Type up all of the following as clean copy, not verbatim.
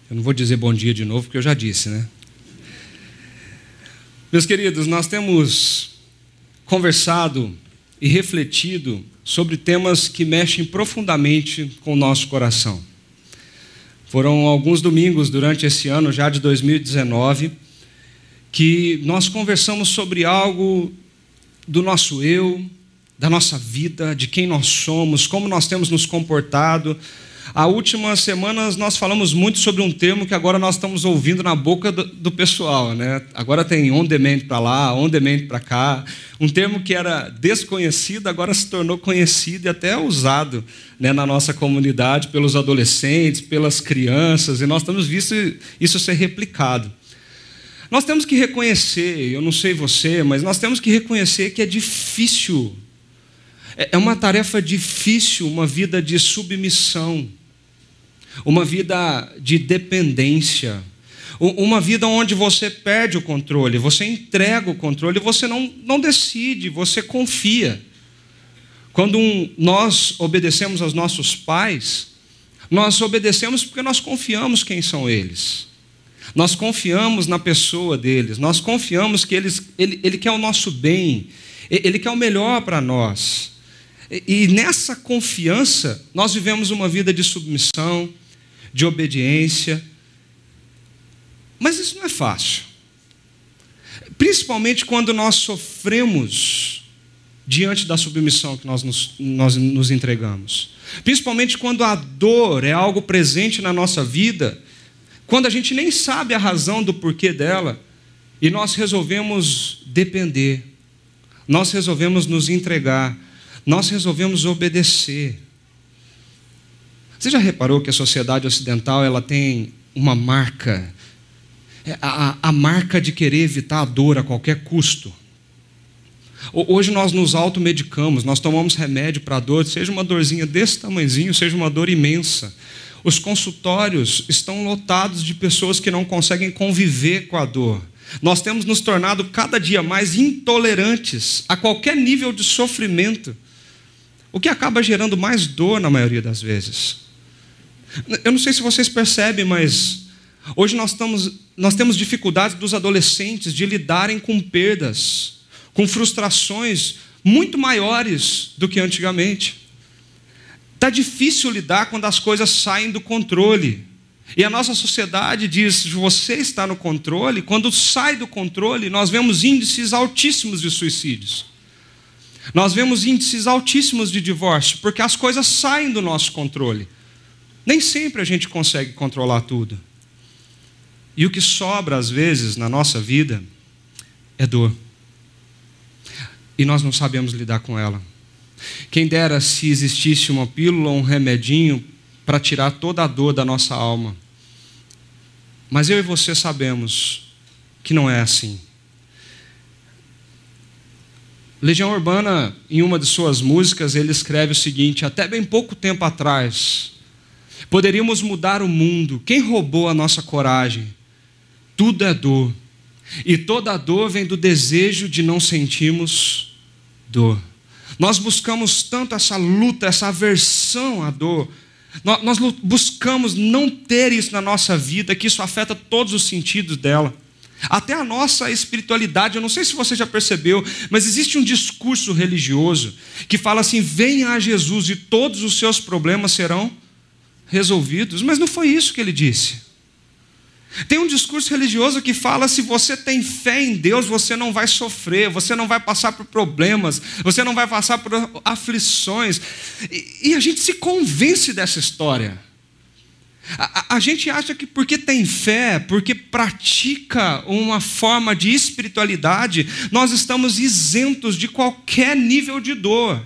Eu não vou dizer bom dia de novo, porque eu já disse, né? Meus queridos, nós temos conversado e refletido sobre temas que mexem profundamente com o nosso coração. Foram alguns domingos durante esse ano, já de 2019, que nós conversamos sobre algo do nosso eu, da nossa vida, de quem nós somos, como nós temos nos comportado. Há últimas semanas nós falamos muito sobre um termo que agora nós estamos ouvindo na boca do pessoal, né? Agora tem on demand para lá, on demand para cá. Um termo que era desconhecido, agora se tornou conhecido e até usado, né, na nossa comunidade, pelos adolescentes, pelas crianças, e nós temos visto isso ser replicado. Nós temos que reconhecer, eu não sei você, mas nós temos que reconhecer que é difícil. É uma tarefa difícil, uma vida de submissão, uma vida de dependência, uma vida onde você perde o controle, você entrega o controle, você não decide, você confia. Quando nós obedecemos aos nossos pais, nós obedecemos porque nós confiamos quem são eles. Nós confiamos na pessoa deles, nós confiamos que ele quer o nosso bem, ele quer o melhor para nós. E nessa confiança, nós vivemos uma vida de submissão, de obediência. Mas isso não é fácil. Principalmente quando nós sofremos diante da submissão que nós nos entregamos. Principalmente quando a dor é algo presente na nossa vida, quando a gente nem sabe a razão do porquê dela, e nós resolvemos depender, nós resolvemos nos entregar, nós resolvemos obedecer. Você já reparou que a sociedade ocidental ela tem uma marca, a marca de querer evitar a dor a qualquer custo? Hoje nós nos automedicamos, nós tomamos remédio para a dor, seja uma dorzinha desse tamanhozinho, seja uma dor imensa. Os consultórios estão lotados de pessoas que não conseguem conviver com a dor. Nós temos nos tornado cada dia mais intolerantes a qualquer nível de sofrimento, o que acaba gerando mais dor na maioria das vezes. Eu não sei se vocês percebem, mas hoje nós temos dificuldades dos adolescentes de lidarem com perdas, com frustrações muito maiores do que antigamente. Está difícil lidar quando as coisas saem do controle. E a nossa sociedade diz, você está no controle. Quando sai do controle, nós vemos índices altíssimos de suicídios. Nós vemos índices altíssimos de divórcio, porque as coisas saem do nosso controle. Nem sempre a gente consegue controlar tudo. E o que sobra, às vezes, na nossa vida, é dor. E nós não sabemos lidar com ela. Quem dera se existisse uma pílula ou um remedinho para tirar toda a dor da nossa alma. Mas eu e você sabemos que não é assim. Legião Urbana, em uma de suas músicas, ele escreve o seguinte: até bem pouco tempo atrás, poderíamos mudar o mundo. Quem roubou a nossa coragem? Tudo é dor. E toda a dor vem do desejo de não sentirmos dor. Nós buscamos tanto essa luta, essa aversão à dor. Nós buscamos não ter isso na nossa vida, que isso afeta todos os sentidos dela. Até a nossa espiritualidade, eu não sei se você já percebeu, mas existe um discurso religioso que fala assim: venha a Jesus e todos os seus problemas serão resolvidos. Mas não foi isso que ele disse. Tem um discurso religioso que fala: se você tem fé em Deus, você não vai sofrer, você não vai passar por problemas, você não vai passar por aflições. E a gente se convence dessa história. A gente acha que porque tem fé, porque pratica uma forma de espiritualidade, nós estamos isentos de qualquer nível de dor.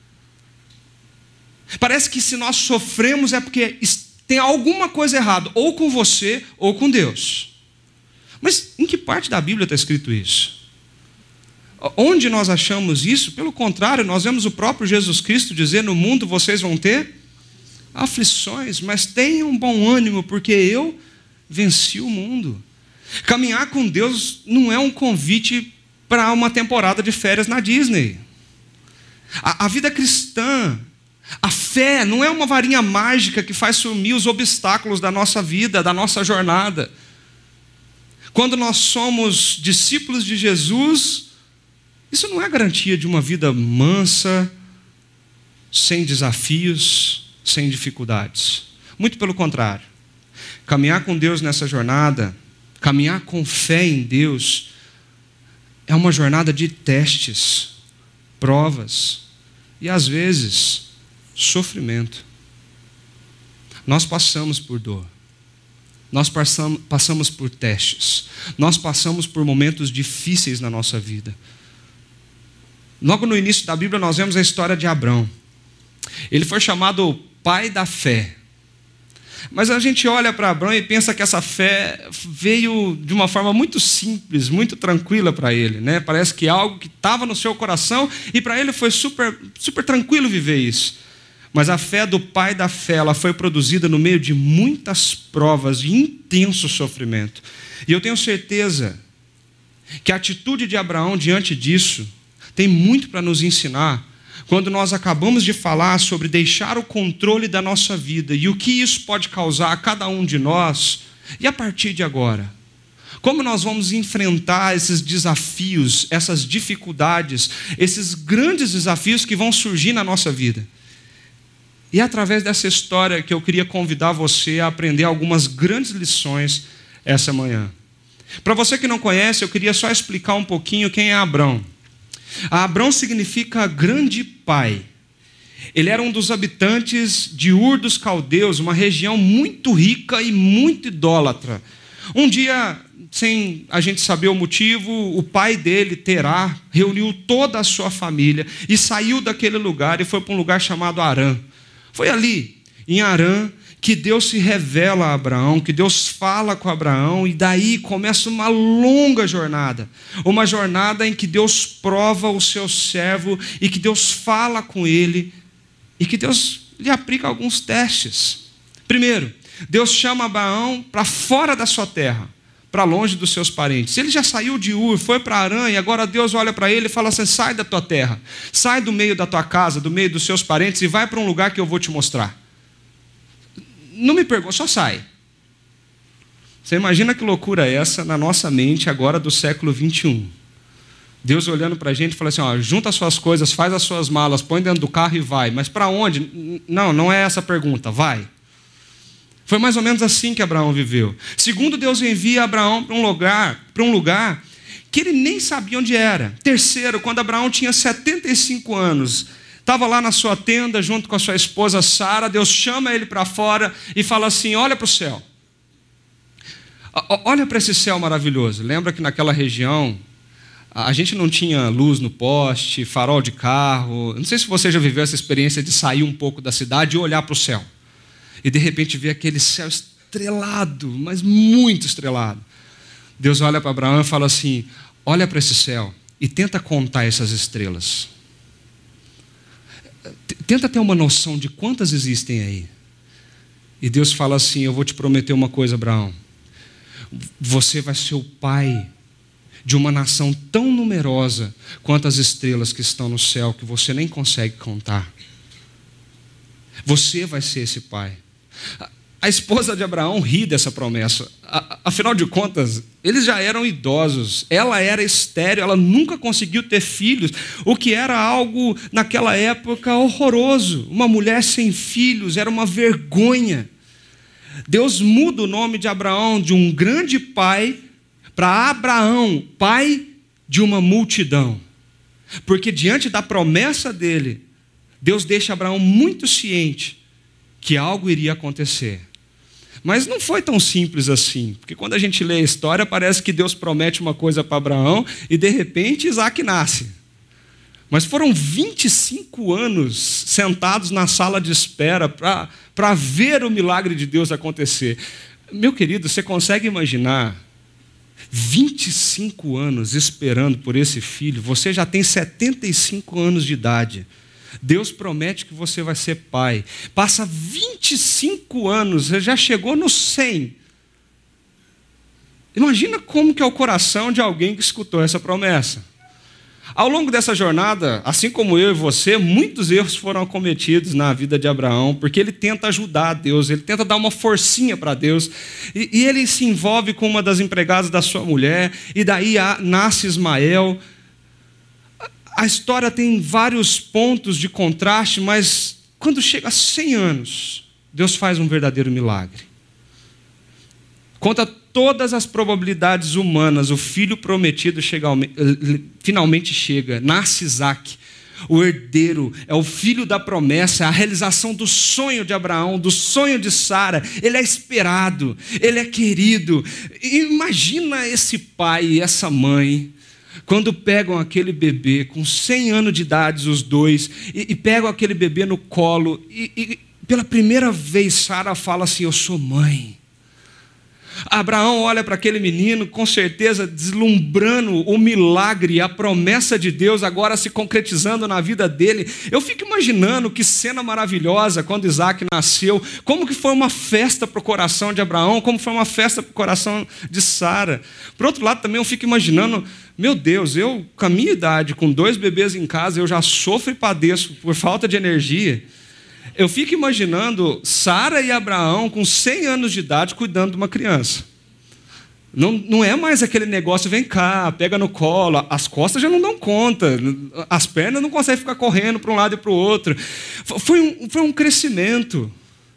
Parece que se nós sofremos é porque tem alguma coisa errada, ou com você, ou com Deus. Mas em que parte da Bíblia está escrito isso? Onde nós achamos isso? Pelo contrário, nós vemos o próprio Jesus Cristo dizer: no mundo vocês vão ter aflições, mas tenham bom ânimo, porque eu venci o mundo. Caminhar com Deus não é um convite para uma temporada de férias na Disney. A vida cristã, a fé não é uma varinha mágica que faz sumir os obstáculos da nossa vida, da nossa jornada. Quando nós somos discípulos de Jesus, isso não é garantia de uma vida mansa, sem desafios, sem dificuldades. Muito pelo contrário. Caminhar com Deus nessa jornada, caminhar com fé em Deus, é uma jornada de testes, provas e, às vezes, sofrimento. Nós passamos por dor. Nós passamos por testes. Nós passamos por momentos difíceis na nossa vida. Logo no início da Bíblia nós vemos a história de Abrão. Ele foi chamado o pai da fé. Mas a gente olha para Abrão e pensa que essa fé veio de uma forma muito simples, muito tranquila para ele, né? Parece que é algo que estava no seu coração e para ele foi super tranquilo viver isso. Mas a fé do pai da fé, ela foi produzida no meio de muitas provas e intenso sofrimento. E eu tenho certeza que a atitude de Abraão diante disso tem muito para nos ensinar quando nós acabamos de falar sobre deixar o controle da nossa vida e o que isso pode causar a cada um de nós. E a partir de agora, como nós vamos enfrentar esses desafios, essas dificuldades, esses grandes desafios que vão surgir na nossa vida. E é através dessa história que eu queria convidar você a aprender algumas grandes lições essa manhã. Para você que não conhece, eu queria só explicar um pouquinho quem é Abrão. Abrão significa grande pai. Ele era um dos habitantes de Ur dos Caldeus, uma região muito rica e muito idólatra. Um dia, sem a gente saber o motivo, o pai dele, Terá, reuniu toda a sua família e saiu daquele lugar e foi para um lugar chamado Harã. Foi ali, em Harã, que Deus se revela a Abraão, que Deus fala com Abraão, e daí começa uma longa jornada. Uma jornada em que Deus prova o seu servo, e que Deus fala com ele, e que Deus lhe aplica alguns testes. Primeiro, Deus chama Abraão para fora da sua terra, para longe dos seus parentes. Ele já saiu de Ur, foi para Harã, e agora Deus olha para ele e fala assim: sai da tua terra, sai do meio da tua casa, do meio dos seus parentes, e vai para um lugar que eu vou te mostrar. Não me pergunte, só sai. Você imagina que loucura é essa na nossa mente agora do século 21. Deus olhando para a gente e fala assim: ó, junta as suas coisas, faz as suas malas, põe dentro do carro e vai. Mas para onde? Não é essa a pergunta, vai. Foi mais ou menos assim que Abraão viveu. Segundo, Deus envia Abraão para um lugar que ele nem sabia onde era. Terceiro, quando Abraão tinha 75 anos, estava lá na sua tenda junto com a sua esposa Sara, Deus chama ele para fora e fala assim: olha para o céu. Olha para esse céu maravilhoso. Lembra que naquela região a gente não tinha luz no poste, farol de carro. Não sei se você já viveu essa experiência de sair um pouco da cidade e olhar para o céu. E de repente ver aquele céu estrelado, mas muito estrelado. Deus olha para Abraão e fala assim: olha para esse céu e tenta contar essas estrelas. Tenta ter uma noção de quantas existem aí. E Deus fala assim: eu vou te prometer uma coisa, Abraão. Você vai ser o pai de uma nação tão numerosa quanto as estrelas que estão no céu, que você nem consegue contar. Você vai ser esse pai. A esposa de Abraão ri dessa promessa. Afinal de contas, eles já eram idosos. Ela era estéril, ela nunca conseguiu ter filhos, o que era algo, naquela época, horroroso. Uma mulher sem filhos era uma vergonha. Deus muda o nome de Abraão de um grande pai para Abraão, pai de uma multidão. Porque diante da promessa dele, Deus deixa Abraão muito ciente que algo iria acontecer. Mas não foi tão simples assim, porque quando a gente lê a história, parece que Deus promete uma coisa para Abraão e de repente Isaac nasce. Mas foram 25 anos sentados na sala de espera para ver o milagre de Deus acontecer. Meu querido, você consegue imaginar 25 anos esperando por esse filho? Você já tem 75 anos de idade. Deus promete que você vai ser pai. Passa 25 anos, já chegou no 100. Imagina como que é o coração de alguém que escutou essa promessa. Ao longo dessa jornada, assim como eu e você, muitos erros foram cometidos na vida de Abraão, porque ele tenta ajudar Deus, ele tenta dar uma forcinha para Deus, e ele se envolve com uma das empregadas da sua mulher, e daí nasce Ismael. A história tem vários pontos de contraste, mas quando chega a 100 anos, Deus faz um verdadeiro milagre. Contra todas as probabilidades humanas, o filho prometido finalmente chega, nasce Isaac, o herdeiro, é o filho da promessa, a realização do sonho de Abraão, do sonho de Sara. Ele é esperado, ele é querido. E imagina esse pai e essa mãe, quando pegam aquele bebê, com 100 anos de idade os dois, e pegam aquele bebê no colo, e pela primeira vez Sara fala assim: eu sou mãe. Abraão olha para aquele menino, com certeza deslumbrando o milagre, a promessa de Deus agora se concretizando na vida dele. Eu fico imaginando que cena maravilhosa quando Isaac nasceu, como que foi uma festa para o coração de Abraão, como foi uma festa para o coração de Sara. Por outro lado também eu fico imaginando, meu Deus, eu com a minha idade, com 2 bebês em casa, eu já sofro e padeço por falta de energia. Eu fico imaginando Sara e Abraão com 100 anos de idade cuidando de uma criança. Não é mais aquele negócio, vem cá, pega no colo, as costas já não dão conta, as pernas não conseguem ficar correndo para um lado e para o outro. Foi um crescimento.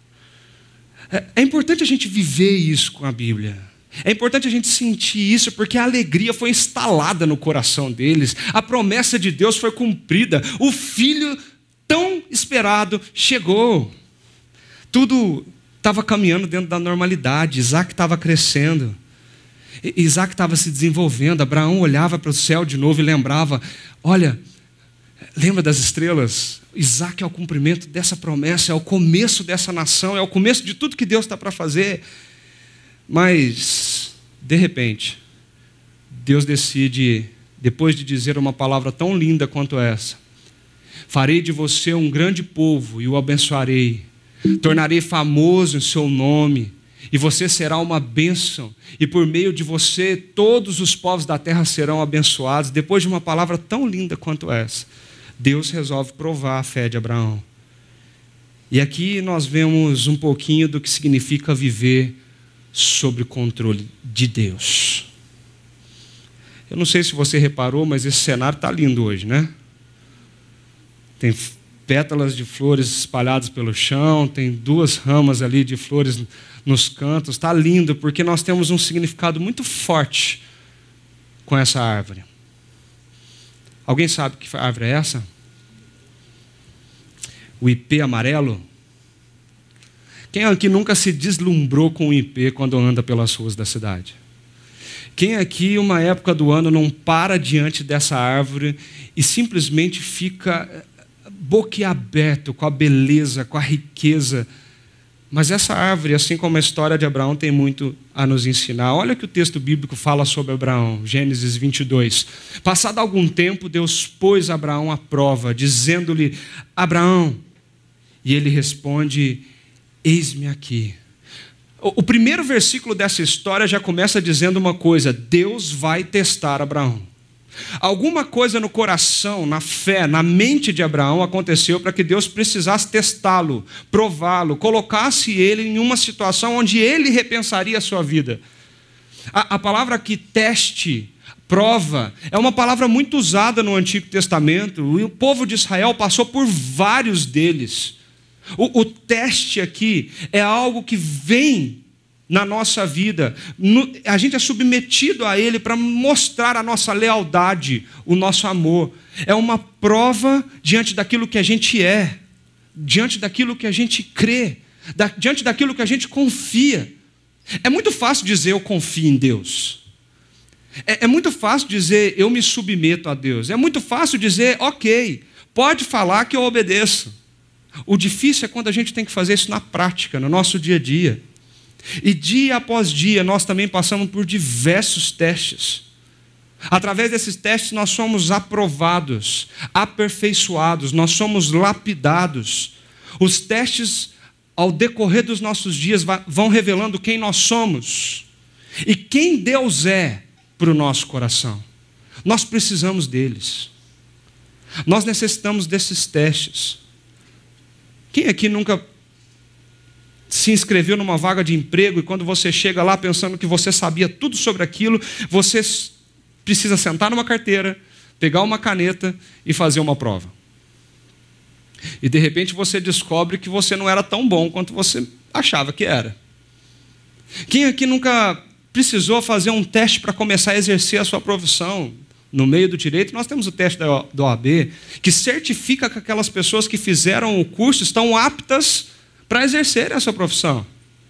É importante a gente viver isso com a Bíblia. É importante a gente sentir isso, porque a alegria foi instalada no coração deles. A promessa de Deus foi cumprida. O filho tão esperado chegou. Tudo estava caminhando dentro da normalidade. Isaac estava crescendo. Isaac estava se desenvolvendo. Abraão olhava para o céu de novo e lembrava: olha, lembra das estrelas? Isaac é o cumprimento dessa promessa, é o começo dessa nação, é o começo de tudo que Deus está para fazer. Mas, de repente, Deus decide, depois de dizer uma palavra tão linda quanto essa: farei de você um grande povo e o abençoarei. Tornarei famoso em seu nome e você será uma bênção. E por meio de você todos os povos da terra serão abençoados. Depois de uma palavra tão linda quanto essa, Deus resolve provar a fé de Abraão. E aqui nós vemos um pouquinho do que significa viver sob o controle de Deus. Eu não sei se você reparou, mas esse cenário está lindo hoje, né? Tem pétalas de flores espalhadas pelo chão, tem 2 ramas ali de flores nos cantos. Está lindo, porque nós temos um significado muito forte com essa árvore. Alguém sabe que árvore é essa? O ipê amarelo? Quem aqui nunca se deslumbrou com o ipê quando anda pelas ruas da cidade? Quem aqui, uma época do ano, não para diante dessa árvore e simplesmente fica boquiaberto com a beleza, com a riqueza? Mas essa árvore, assim como a história de Abraão, tem muito a nos ensinar. Olha o que o texto bíblico fala sobre Abraão, Gênesis 22. Passado algum tempo, Deus pôs Abraão à prova, dizendo-lhe: Abraão. E ele responde: eis-me aqui. O primeiro versículo dessa história já começa dizendo uma coisa: Deus vai testar Abraão. Alguma coisa no coração, na fé, na mente de Abraão aconteceu para que Deus precisasse testá-lo, prová-lo, colocasse ele em uma situação onde ele repensaria a sua vida. A palavra aqui, teste, prova, é uma palavra muito usada no Antigo Testamento, e o povo de Israel passou por vários deles. O teste aqui é algo que vem na nossa vida, a gente é submetido a ele para mostrar a nossa lealdade, o nosso amor. É uma prova diante daquilo que a gente é, diante daquilo que a gente crê, diante daquilo que a gente confia. É muito fácil dizer eu confio em Deus. É muito fácil dizer eu me submeto a Deus. É muito fácil dizer ok, pode falar que eu obedeço. O difícil é quando a gente tem que fazer isso na prática, no nosso dia a dia. E dia após dia nós também passamos por diversos testes. Através desses testes nós somos aprovados, aperfeiçoados, nós somos lapidados. Os testes, ao decorrer dos nossos dias, vão revelando quem nós somos e quem Deus é para o nosso coração. Nós precisamos deles. Nós necessitamos desses testes. Quem aqui nunca se inscreveu numa vaga de emprego e quando você chega lá pensando que você sabia tudo sobre aquilo, você precisa sentar numa carteira, pegar uma caneta e fazer uma prova? E de repente você descobre que você não era tão bom quanto você achava que era. Quem aqui nunca precisou fazer um teste para começar a exercer a sua profissão? No meio do direito, nós temos o teste da OAB, que certifica que aquelas pessoas que fizeram o curso estão aptas para exercerem a sua profissão.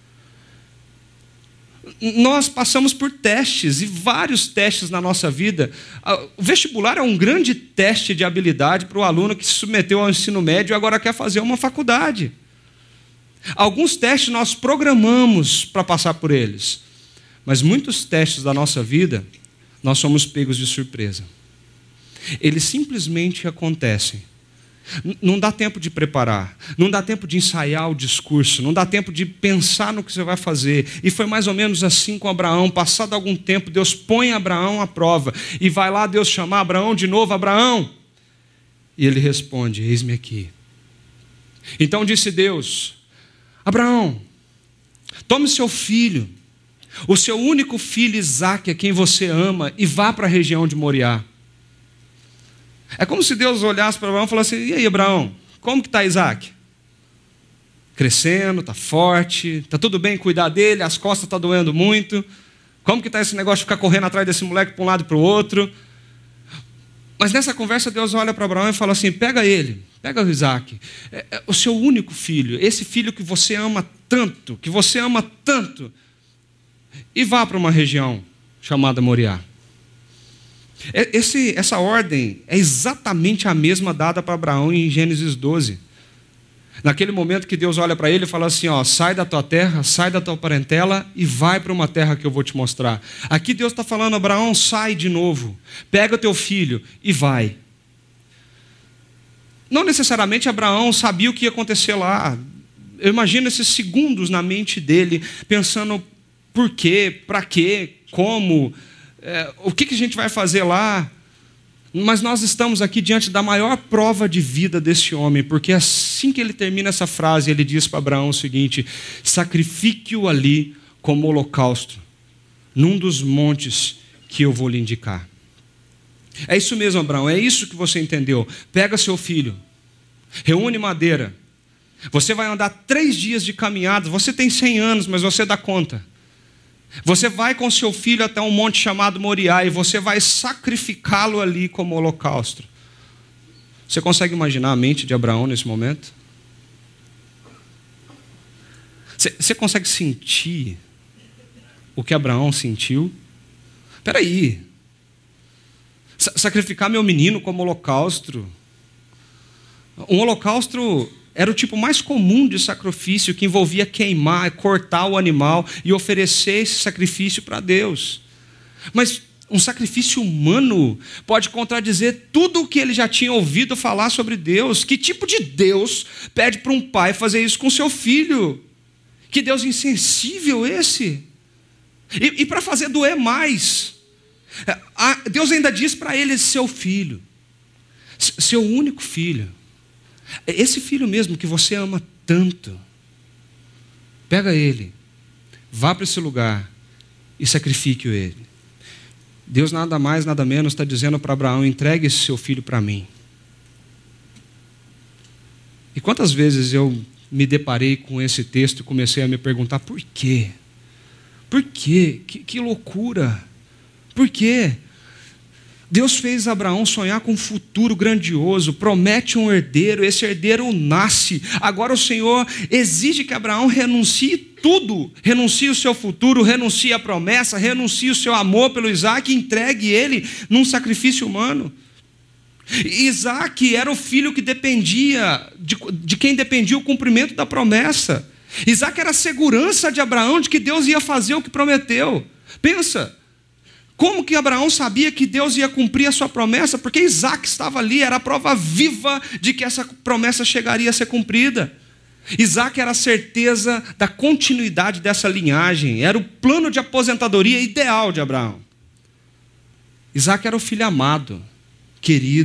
Nós passamos por testes, e vários testes na nossa vida. O vestibular é um grande teste de habilidade para o aluno que se submeteu ao ensino médio e agora quer fazer uma faculdade. Alguns testes nós programamos para passar por eles, mas muitos testes da nossa vida, nós somos pegos de surpresa. Eles simplesmente acontecem. Não dá tempo de preparar, não dá tempo de ensaiar o discurso, não dá tempo de pensar no que você vai fazer. E foi mais ou menos assim com Abraão. Passado algum tempo, Deus põe Abraão à prova. E vai lá Deus chamar Abraão de novo: Abraão. E ele responde: eis-me aqui. Então disse Deus: Abraão, tome seu filho, o seu único filho Isaque, a quem você ama, e vá para a região de Moriá. É como se Deus olhasse para Abraão e falasse: e aí, Abraão, como que está Isaque? Crescendo, está forte, está tudo bem cuidar dele, as costas estão doendo muito. Como que está esse negócio de ficar correndo atrás desse moleque para um lado e para o outro? Mas nessa conversa Deus olha para Abraão e fala assim: pega ele, pega o Isaque, o seu único filho, esse filho que você ama tanto, e vá para uma região chamada Moriá. Essa ordem é exatamente a mesma dada para Abraão em Gênesis 12. Naquele momento que Deus olha para ele e fala assim: ó, sai da tua terra, sai da tua parentela e vai para uma terra que eu vou te mostrar. Aqui Deus está falando: Abraão, sai de novo, pega teu filho e vai. Não necessariamente Abraão sabia o que ia acontecer lá. Eu imagino esses segundos na mente dele, pensando: por quê, para quê, como, o que a gente vai fazer lá? Mas nós estamos aqui diante da maior prova de vida desse homem, porque assim que ele termina essa frase, ele diz para Abraão o seguinte: sacrifique-o ali como holocausto, num dos montes que eu vou lhe indicar. É isso mesmo, Abraão, é isso que você entendeu. Pega seu filho, reúne madeira, você vai andar 3 dias de caminhada, você tem 100 anos, mas você dá conta. Você vai com seu filho até um monte chamado Moriá e você vai sacrificá-lo ali como holocausto. Você consegue imaginar a mente de Abraão nesse momento? Você consegue sentir o que Abraão sentiu? Espera aí. Sacrificar meu menino como holocausto. Um holocausto era o tipo mais comum de sacrifício, que envolvia queimar, cortar o animal e oferecer esse sacrifício para Deus. Mas um sacrifício humano pode contradizer tudo o que ele já tinha ouvido falar sobre Deus. Que tipo de Deus pede para um pai fazer isso com seu filho? Que Deus insensível esse? E para fazer doer mais, Deus ainda diz para ele: seu filho, seu único filho, esse filho mesmo que você ama tanto, pega ele, vá para esse lugar e sacrifique ele. Deus nada mais, nada menos está dizendo para Abraão: entregue esse seu filho para mim. E quantas vezes eu me deparei com esse texto e comecei a me perguntar: por quê? Por quê? Que loucura! Por quê? Deus fez Abraão sonhar com um futuro grandioso, promete um herdeiro, esse herdeiro nasce. Agora o Senhor exige que Abraão renuncie tudo, renuncie o seu futuro, renuncie a promessa, renuncie o seu amor pelo Isaque e entregue ele num sacrifício humano. Isaque era o filho que dependia, de quem dependia o cumprimento da promessa. Isaque era a segurança de Abraão de que Deus ia fazer o que prometeu. Pensa. Como que Abraão sabia que Deus ia cumprir a sua promessa? Porque Isaque estava ali, era a prova viva de que essa promessa chegaria a ser cumprida. Isaque era a certeza da continuidade dessa linhagem, era o plano de aposentadoria ideal de Abraão. Isaque era o filho amado, querido,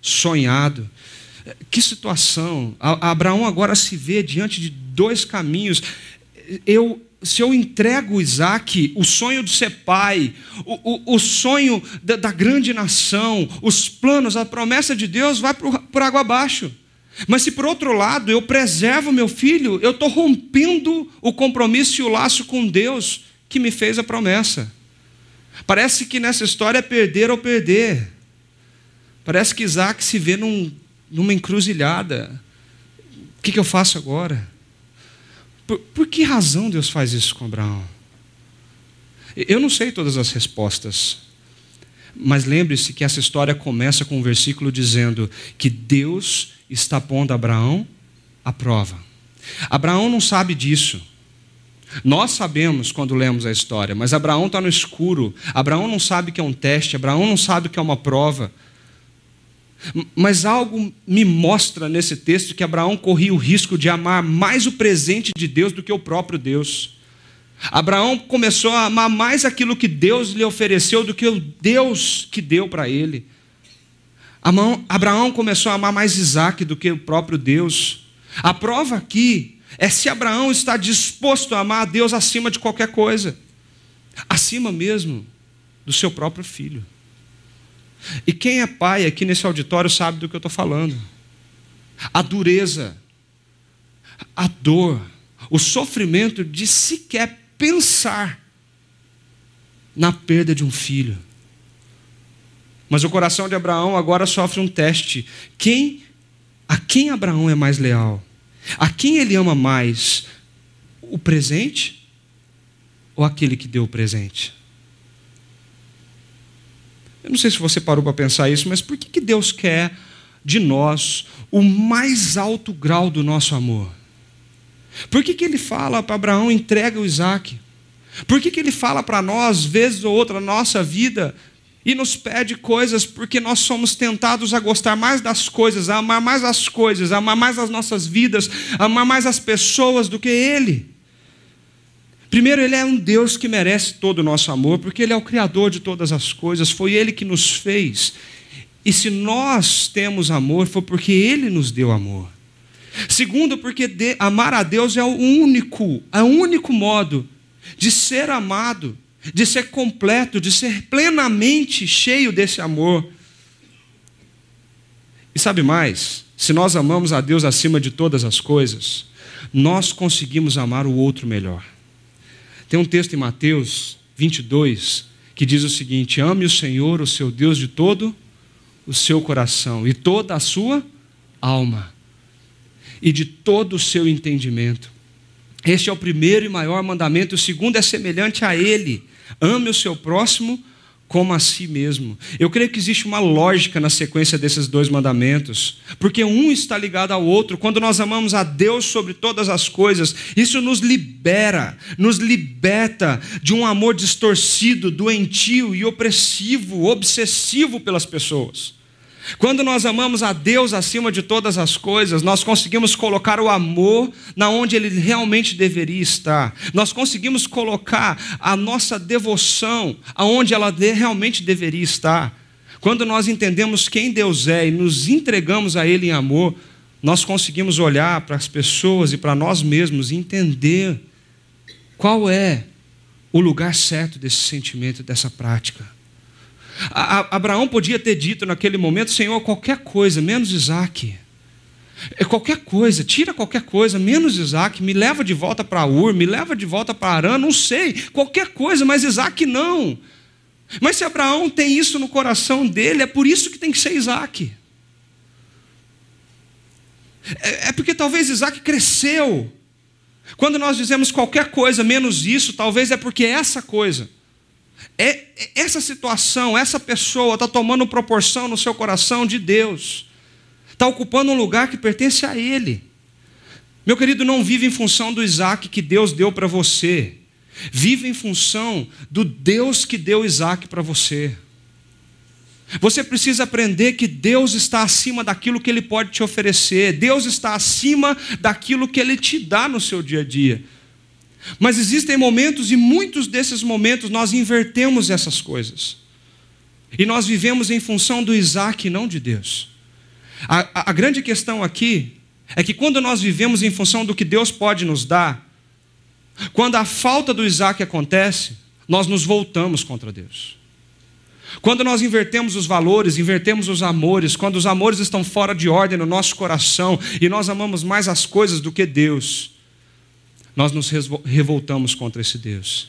sonhado. Que situação! Abraão agora se vê diante de dois caminhos. Se eu entrego Isaque, o sonho de ser pai, o sonho da grande nação, os planos, a promessa de Deus vai por água abaixo. Mas se por outro lado eu preservo meu filho, eu estou rompendo o compromisso e o laço com Deus que me fez a promessa. Parece que nessa história é perder ou perder. Parece que Isaque se vê numa encruzilhada. O que eu faço agora? Por que razão Deus faz isso com Abraão? Eu não sei todas as respostas, mas lembre-se que essa história começa com um versículo dizendo que Deus está pondo Abraão à prova. Abraão não sabe disso. Nós sabemos quando lemos a história, mas Abraão está no escuro. Abraão não sabe que é um teste, Abraão não sabe que é uma prova. Mas algo me mostra nesse texto que Abraão corria o risco de amar mais o presente de Deus do que o próprio Deus. Abraão começou a amar mais aquilo que Deus lhe ofereceu do que o Deus que deu para ele. Abraão começou a amar mais Isaque do que o próprio Deus. A prova aqui é se Abraão está disposto a amar a Deus acima de qualquer coisa, acima mesmo do seu próprio filho. E quem é pai aqui nesse auditório sabe do que eu estou falando. A dureza, a dor, o sofrimento de sequer pensar na perda de um filho. Mas o coração de Abraão agora sofre um teste. A quem Abraão é mais leal? A quem ele ama mais? O presente ou aquele que deu o presente? Eu não sei se você parou para pensar isso, mas por que Deus quer de nós o mais alto grau do nosso amor? Por que ele fala para Abraão, entrega o Isaque? Por que ele fala para nós, vez ou outra, na nossa vida, e nos pede coisas porque nós somos tentados a gostar mais das coisas, a amar mais as coisas, a amar mais as nossas vidas, a amar mais as pessoas do que Ele? Primeiro, Ele é um Deus que merece todo o nosso amor, porque Ele é o Criador de todas as coisas, foi Ele que nos fez. E se nós temos amor, foi porque Ele nos deu amor. Segundo, porque amar a Deus é o único modo de ser amado, de ser completo, de ser plenamente cheio desse amor. E sabe mais? Se nós amamos a Deus acima de todas as coisas, nós conseguimos amar o outro melhor. Tem um texto em Mateus 22 que diz o seguinte: ame o Senhor, o seu Deus, de todo o seu coração e toda a sua alma e de todo o seu entendimento. Este é o primeiro e maior mandamento. O segundo é semelhante a ele: ame o seu próximo como a si mesmo. Eu creio que existe uma lógica na sequência desses dois mandamentos, porque um está ligado ao outro. Quando nós amamos a Deus sobre todas as coisas, isso nos liberta de um amor distorcido, doentio e opressivo, obsessivo pelas pessoas. Quando nós amamos a Deus acima de todas as coisas, nós conseguimos colocar o amor na onde ele realmente deveria estar. Nós conseguimos colocar a nossa devoção aonde ela realmente deveria estar. Quando nós entendemos quem Deus é e nos entregamos a Ele em amor, nós conseguimos olhar para as pessoas e para nós mesmos e entender qual é o lugar certo desse sentimento, dessa prática. Abraão podia ter dito naquele momento: Senhor, qualquer coisa, menos Isaque. Qualquer coisa, tira qualquer coisa, menos Isaque. Me leva de volta para Ur, me leva de volta para Arã, não sei. Qualquer coisa, mas Isaque não. Mas se Abraão tem isso no coração dele, é por isso que tem que ser Isaque. É porque talvez Isaque cresceu. Quando nós dizemos qualquer coisa, menos isso, talvez é porque essa coisa, essa situação, essa pessoa está tomando proporção no seu coração de Deus, está ocupando um lugar que pertence a Ele. Meu querido, não vive em função do Isaque que Deus deu para você, vive em função do Deus que deu Isaque para você. Você precisa aprender que Deus está acima daquilo que Ele pode te oferecer, Deus está acima daquilo que Ele te dá no seu dia a dia. Mas existem momentos, e muitos desses momentos nós invertemos essas coisas. E nós vivemos em função do Isaque, não de Deus. A grande questão aqui é que quando nós vivemos em função do que Deus pode nos dar, quando a falta do Isaac acontece, nós nos voltamos contra Deus. Quando nós invertemos os valores, invertemos os amores, quando os amores estão fora de ordem no nosso coração e nós amamos mais as coisas do que Deus, nós nos revoltamos contra esse Deus.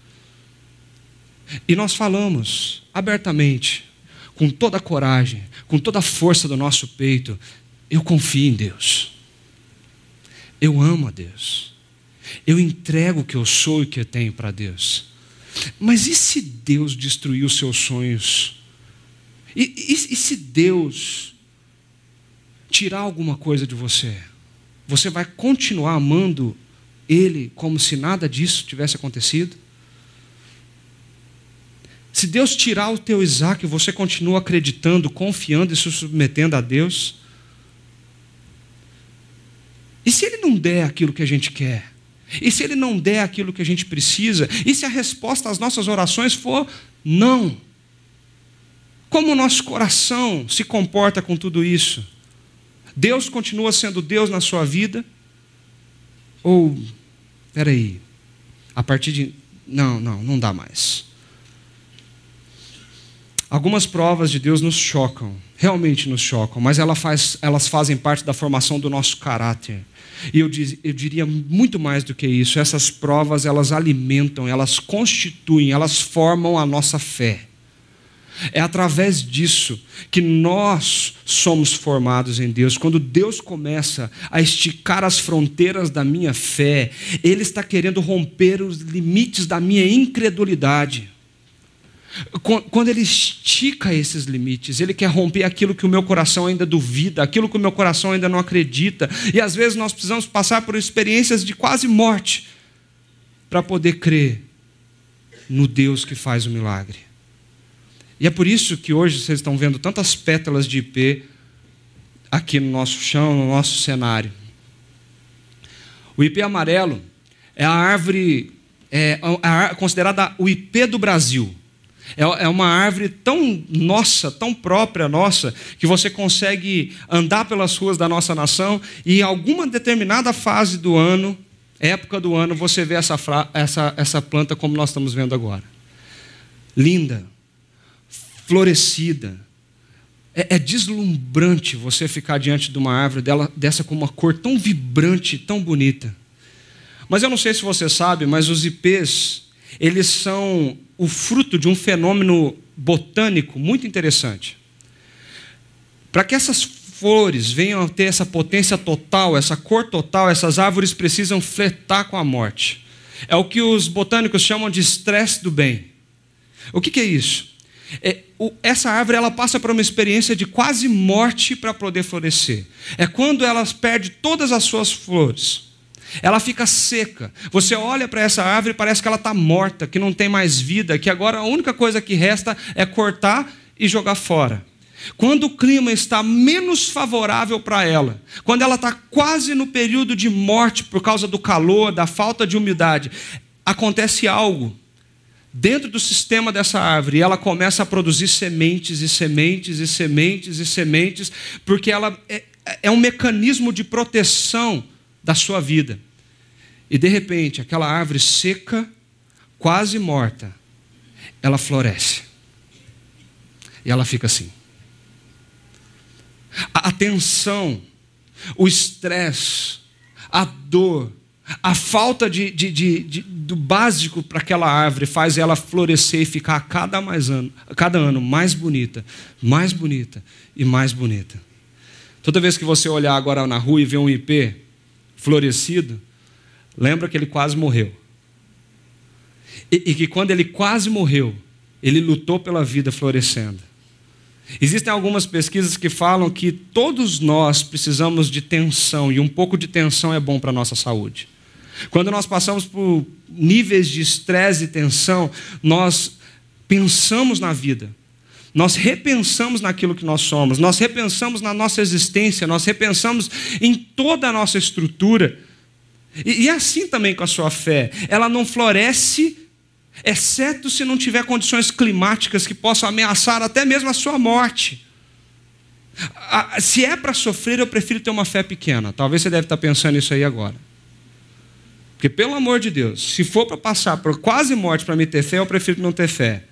E nós falamos abertamente, com toda a coragem, com toda a força do nosso peito: eu confio em Deus, eu amo a Deus, eu entrego o que eu sou e o que eu tenho para Deus. Mas e se Deus destruir os seus sonhos? E se Deus tirar alguma coisa de você? Você vai continuar amando Ele como se nada disso tivesse acontecido? Se Deus tirar o teu Isaac, você continua acreditando, confiando e se submetendo a Deus? E se Ele não der aquilo que a gente quer? E se Ele não der aquilo que a gente precisa? E se a resposta às nossas orações for não? Como o nosso coração se comporta com tudo isso? Deus continua sendo Deus na sua vida? Ou, espera aí, a partir de... Não dá mais. Algumas provas de Deus nos chocam, realmente nos chocam, mas elas fazem parte da formação do nosso caráter. E eu diria muito mais do que isso. Essas provas, elas alimentam, elas constituem, elas formam a nossa fé. É através disso que nós somos formados em Deus. Quando Deus começa a esticar as fronteiras da minha fé, Ele está querendo romper os limites da minha incredulidade. Quando Ele estica esses limites, Ele quer romper aquilo que o meu coração ainda duvida, aquilo que o meu coração ainda não acredita. E às vezes nós precisamos passar por experiências de quase morte para poder crer no Deus que faz o milagre. E é por isso que hoje vocês estão vendo tantas pétalas de ipê aqui no nosso chão, no nosso cenário. O ipê amarelo é a árvore considerada o ipê do Brasil. É uma árvore tão nossa, tão própria nossa, que você consegue andar pelas ruas da nossa nação e em alguma determinada fase do ano, época do ano, você vê essa planta como nós estamos vendo agora. Linda, florescida. É deslumbrante você ficar diante de uma árvore dessa com uma cor tão vibrante, tão bonita. Mas eu não sei se você sabe, mas os ipês, eles são o fruto de um fenômeno botânico muito interessante. Para que essas flores venham a ter essa potência total, essa cor total, essas árvores precisam flertar com a morte. É o que os botânicos chamam de estresse do bem. O que é isso? Essa árvore ela passa por uma experiência de quase morte para poder florescer. É quando ela perde todas as suas flores. Ela fica seca. Você olha para essa árvore e parece que ela está morta, que não tem mais vida, que agora a única coisa que resta é cortar e jogar fora. Quando o clima está menos favorável para ela, quando ela está quase no período de morte por causa do calor, da falta de umidade, acontece algo dentro do sistema dessa árvore e ela começa a produzir sementes e sementes e sementes e sementes, porque ela é um mecanismo de proteção da sua vida. E de repente, aquela árvore seca, quase morta, ela floresce. E ela fica assim. A tensão, o estresse, a dor, a falta do básico para aquela árvore faz ela florescer e ficar a cada ano mais bonita e mais bonita. Toda vez que você olhar agora na rua e ver um ipê florescido, lembra que ele quase morreu. E que quando ele quase morreu, ele lutou pela vida florescendo. Existem algumas pesquisas que falam que todos nós precisamos de tensão, e um pouco de tensão é bom para a nossa saúde. Quando nós passamos por níveis de estresse e tensão, nós pensamos na vida. Nós repensamos naquilo que nós somos, nós repensamos na nossa existência, nós repensamos em toda a nossa estrutura. E é assim também com a sua fé. Ela não floresce, exceto se não tiver condições climáticas que possam ameaçar até mesmo a sua morte. Se é para sofrer, eu prefiro ter uma fé pequena. Talvez você deve estar pensando isso aí agora. Porque, pelo amor de Deus, se for para passar por quase morte para me ter fé, eu prefiro não ter fé.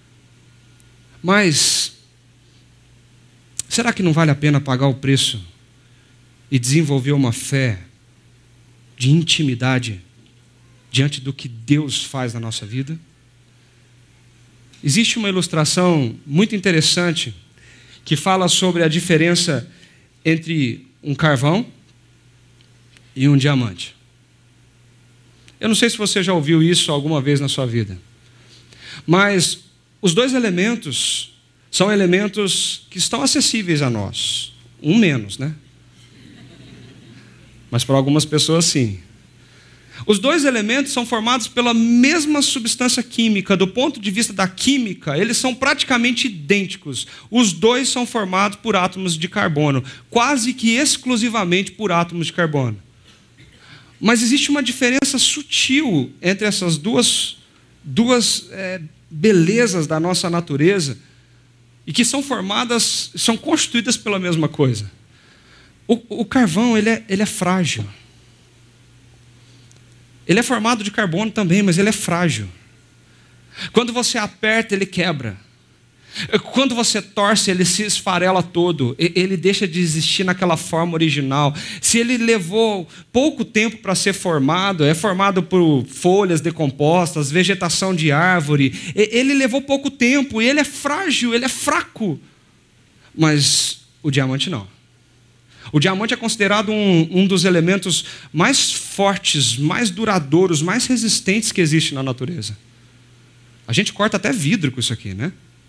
Mas, será que não vale a pena pagar o preço e desenvolver uma fé de intimidade diante do que Deus faz na nossa vida? Existe uma ilustração muito interessante que fala sobre a diferença entre um carvão e um diamante. Eu não sei se você já ouviu isso alguma vez na sua vida, mas os dois elementos são elementos que estão acessíveis a nós. Um menos, né? Mas para algumas pessoas sim. Os dois elementos são formados pela mesma substância química. Do ponto de vista da química, eles são praticamente idênticos. Os dois são formados por átomos de carbono, quase que exclusivamente por átomos de carbono. Mas existe uma diferença sutil entre essas duas belezas da nossa natureza e que são constituídas pela mesma coisa. O carvão, ele é frágil. Ele é formado de carbono também, mas ele é frágil. Quando você aperta, ele quebra. Quando você torce, ele se esfarela todo. Ele deixa de existir naquela forma original. Se ele levou pouco tempo para ser formado, é formado por folhas decompostas, vegetação de árvore. Ele levou pouco tempo e ele é frágil, ele é fraco. Mas o diamante não. O diamante é considerado um dos elementos mais fortes, mais duradouros, mais resistentes que existe na natureza. A gente corta até vidro com isso aqui, né?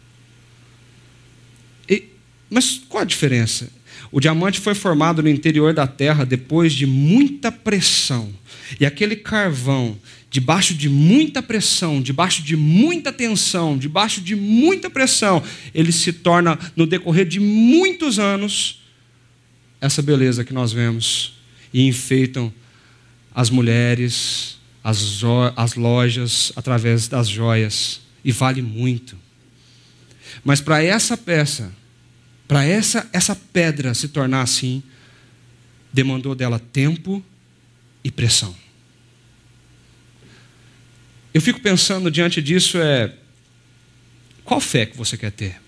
Mas qual a diferença? O diamante foi formado no interior da terra depois de muita pressão. E aquele carvão, debaixo de muita pressão, debaixo de muita tensão, debaixo de muita pressão, ele se torna, no decorrer de muitos anos, essa beleza que nós vemos. E enfeitam as mulheres, as lojas, através das joias. E vale muito. Mas para essa peça, para essa pedra se tornar assim, demandou dela tempo e pressão. Eu fico pensando diante disso, qual fé que você quer ter?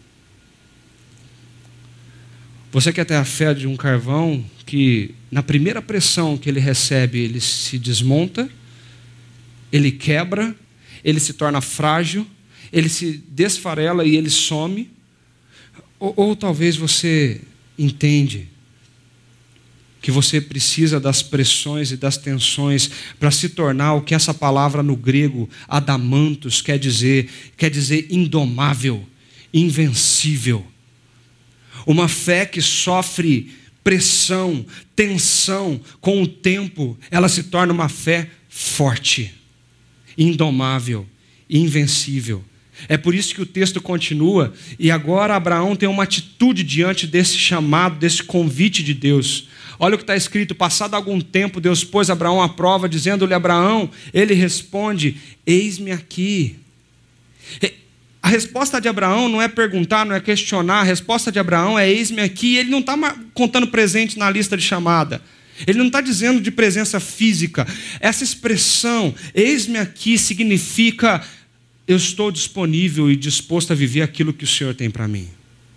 Você quer ter a fé de um carvão que, na primeira pressão que ele recebe, ele se desmonta, ele quebra, ele se torna frágil, ele se desfarela e ele some? Ou talvez você entende que você precisa das pressões e das tensões para se tornar o que essa palavra no grego, adamantos, quer dizer indomável, invencível. Uma fé que sofre pressão, tensão, com o tempo, ela se torna uma fé forte, indomável, invencível. É por isso que o texto continua, e agora Abraão tem uma atitude diante desse chamado, desse convite de Deus. Olha o que está escrito: passado algum tempo, Deus pôs Abraão à prova, dizendo-lhe: Abraão, ele responde: eis-me aqui. A resposta de Abraão não é perguntar, não é questionar, a resposta de Abraão é: eis-me aqui. Ele não está contando presente na lista de chamada. Ele não está dizendo de presença física. Essa expressão, eis-me aqui, significa: eu estou disponível e disposto a viver aquilo que o Senhor tem para mim.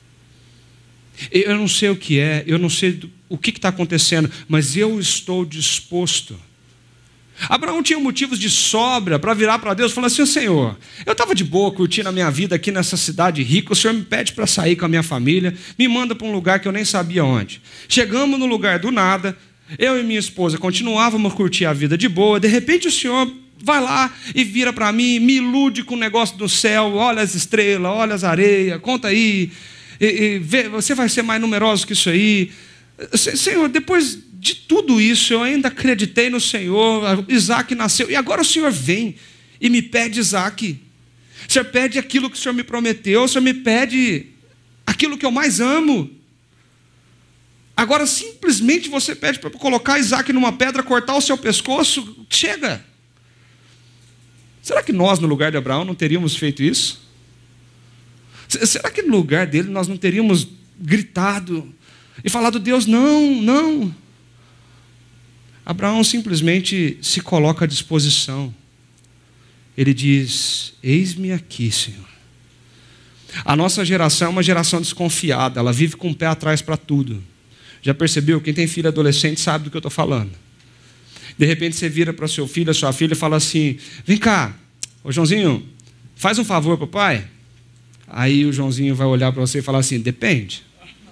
Eu não sei o que é, eu não sei o que está acontecendo, mas eu estou disposto. Abraão tinha motivos de sobra para virar para Deus e falar assim: Senhor, eu estava de boa curtindo a minha vida aqui nessa cidade rica, o Senhor me pede para sair com a minha família, me manda para um lugar que eu nem sabia onde. Chegamos no lugar do nada, eu e minha esposa continuávamos a curtir a vida de boa, de repente o Senhor vai lá e vira para mim, me ilude com o negócio do céu, olha as estrelas, olha as areias, conta aí, e vê, você vai ser mais numeroso que isso aí. Senhor, depois de tudo isso, eu ainda acreditei no Senhor, Isaac nasceu, e agora o Senhor vem e me pede Isaac. O Senhor pede aquilo que o Senhor me prometeu, o Senhor me pede aquilo que eu mais amo. Agora simplesmente você pede para colocar Isaac numa pedra, cortar o seu pescoço, chega. Será que nós, no lugar de Abraão, não teríamos feito isso? Será que no lugar dele nós não teríamos gritado e falado: Deus, não, não. Abraão simplesmente se coloca à disposição. Ele diz: eis-me aqui, Senhor. A nossa geração é uma geração desconfiada, ela vive com o pé atrás para tudo. Já percebeu? Quem tem filho adolescente sabe do que eu estou falando. De repente você vira para o seu filho, a sua filha, e fala assim: vem cá, ô Joãozinho, faz um favor, papai. Aí o Joãozinho vai olhar para você e falar assim: depende.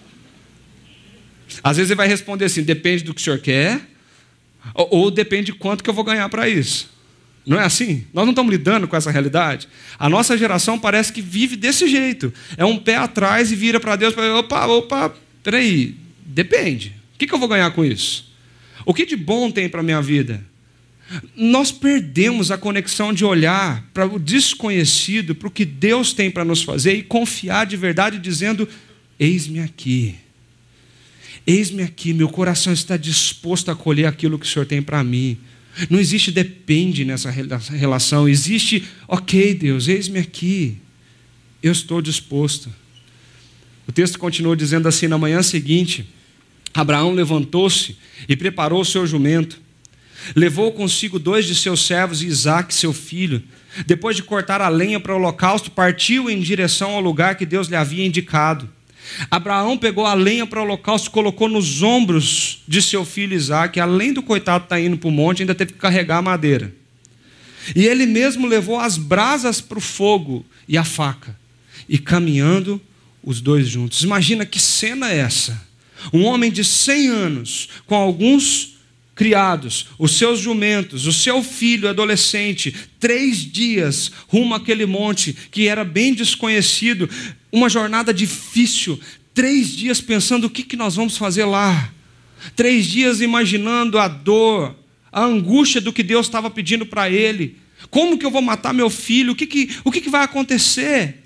Às vezes ele vai responder assim: depende do que o senhor quer, ou depende de quanto que eu vou ganhar para isso. Não é assim? Nós não estamos lidando com essa realidade. A nossa geração parece que vive desse jeito. É um pé atrás e vira para Deus: opa, peraí, depende. O que eu vou ganhar com isso? O que de bom tem para a minha vida? Nós perdemos a conexão de olhar para o desconhecido, para o que Deus tem para nos fazer e confiar de verdade dizendo: eis-me aqui. Eis-me aqui, meu coração está disposto a acolher aquilo que o Senhor tem para mim. Não existe depende nessa relação, existe: ok, Deus, eis-me aqui, eu estou disposto. O texto continua dizendo assim: na manhã seguinte, Abraão levantou-se e preparou o seu jumento. Levou consigo 2 de seus servos e Isaque, seu filho. Depois de cortar a lenha para o holocausto, partiu em direção ao lugar que Deus lhe havia indicado. Abraão pegou a lenha para o holocausto, colocou nos ombros de seu filho Isaque. Além do coitado estar indo para o monte, ainda teve que carregar a madeira. E ele mesmo levou as brasas para o fogo e a faca. E caminhando os dois juntos. Imagina que cena é essa. Um homem de 100 anos, com alguns criados, os seus jumentos, o seu filho adolescente, 3 dias rumo àquele monte que era bem desconhecido, uma jornada difícil, 3 dias pensando o que nós vamos fazer lá, 3 dias imaginando a dor, a angústia do que Deus estava pedindo para ele. Como que eu vou matar meu filho? O que vai acontecer?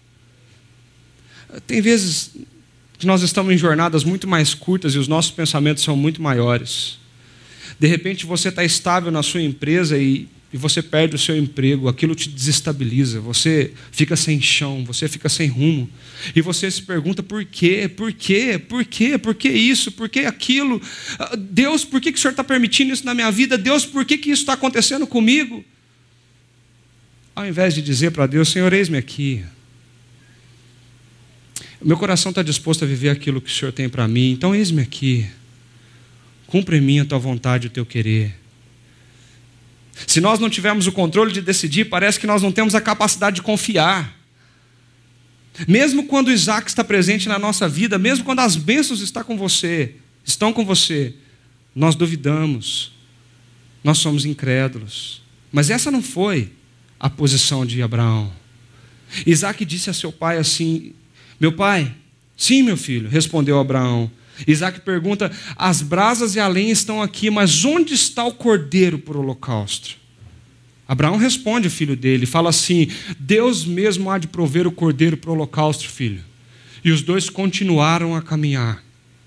Tem vezes que nós estamos em jornadas muito mais curtas e os nossos pensamentos são muito maiores. De repente você está estável na sua empresa e você perde o seu emprego, aquilo te desestabiliza, você fica sem chão, você fica sem rumo. E você se pergunta: por quê? Por quê? Por quê? Por que isso? Por que aquilo? Deus, por que o Senhor está permitindo isso na minha vida? Deus, por que isso está acontecendo comigo? Ao invés de dizer para Deus: Senhor, eis-me aqui. Meu coração está disposto a viver aquilo que o Senhor tem para mim, então eis-me aqui. Cumpre em mim a tua vontade e o teu querer. Se nós não tivermos o controle de decidir, parece que nós não temos a capacidade de confiar. Mesmo quando Isaque está presente na nossa vida, mesmo quando as bênçãos estão com você, nós duvidamos, nós somos incrédulos. Mas essa não foi a posição de Abraão. Isaque disse a seu pai assim: meu pai? Sim, meu filho, respondeu Abraão. Isaque pergunta: as brasas e a lenha estão aqui, mas onde está o cordeiro para o holocausto? Abraão responde, o filho dele, fala assim: Deus mesmo há de prover o cordeiro para o holocausto, filho. E os dois continuaram a caminhar.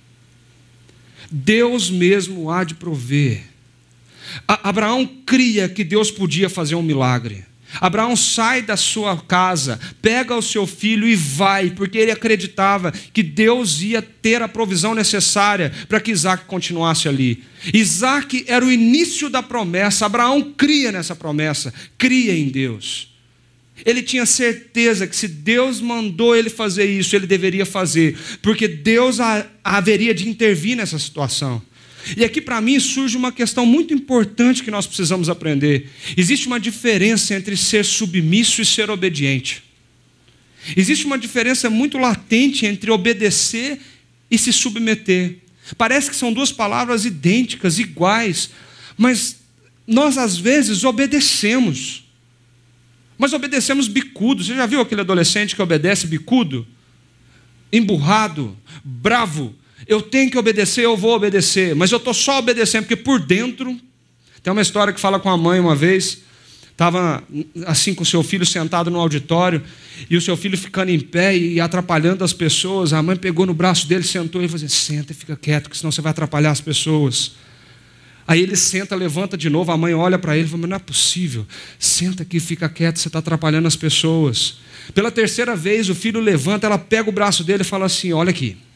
Deus mesmo há de prover. Abraão cria que Deus podia fazer um milagre. Abraão sai da sua casa, pega o seu filho e vai, porque ele acreditava que Deus ia ter a provisão necessária para que Isaque continuasse ali. Isaque era o início da promessa. Abraão cria nessa promessa, cria em Deus. Ele tinha certeza que se Deus mandou ele fazer isso, ele deveria fazer, porque Deus haveria de intervir nessa situação. E aqui para mim surge uma questão muito importante que nós precisamos aprender. Existe uma diferença entre ser submisso e ser obediente. Existe uma diferença muito latente entre obedecer e se submeter. Parece que são 2 palavras idênticas, iguais, mas nós às vezes obedecemos. Mas obedecemos bicudo. Você já viu aquele adolescente que obedece bicudo? Emburrado, bravo. Eu tenho que obedecer, eu vou obedecer, mas eu estou só obedecendo, porque por dentro... Tem uma história que fala com a mãe uma vez, estava assim com o seu filho sentado no auditório, e o seu filho ficando em pé e atrapalhando as pessoas. A mãe pegou no braço dele, sentou e falou assim: senta e fica quieto, porque senão você vai atrapalhar as pessoas. Aí ele senta, levanta de novo, a mãe olha para ele e fala: mas não é possível, senta aqui, fica quieto, você está atrapalhando as pessoas. Pela 3ª vez o filho levanta, ela pega o braço dele e fala assim: olha aqui,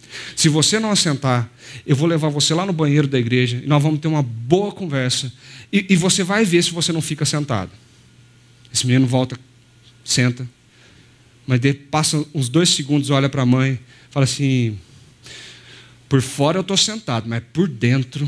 Se você não assentar, eu vou levar você lá no banheiro da igreja e nós vamos ter uma boa conversa. E você vai ver se você não fica sentado. Esse menino volta, senta, mas passa uns 2 segundos, olha para a mãe, fala assim: por fora eu estou sentado, mas por dentro...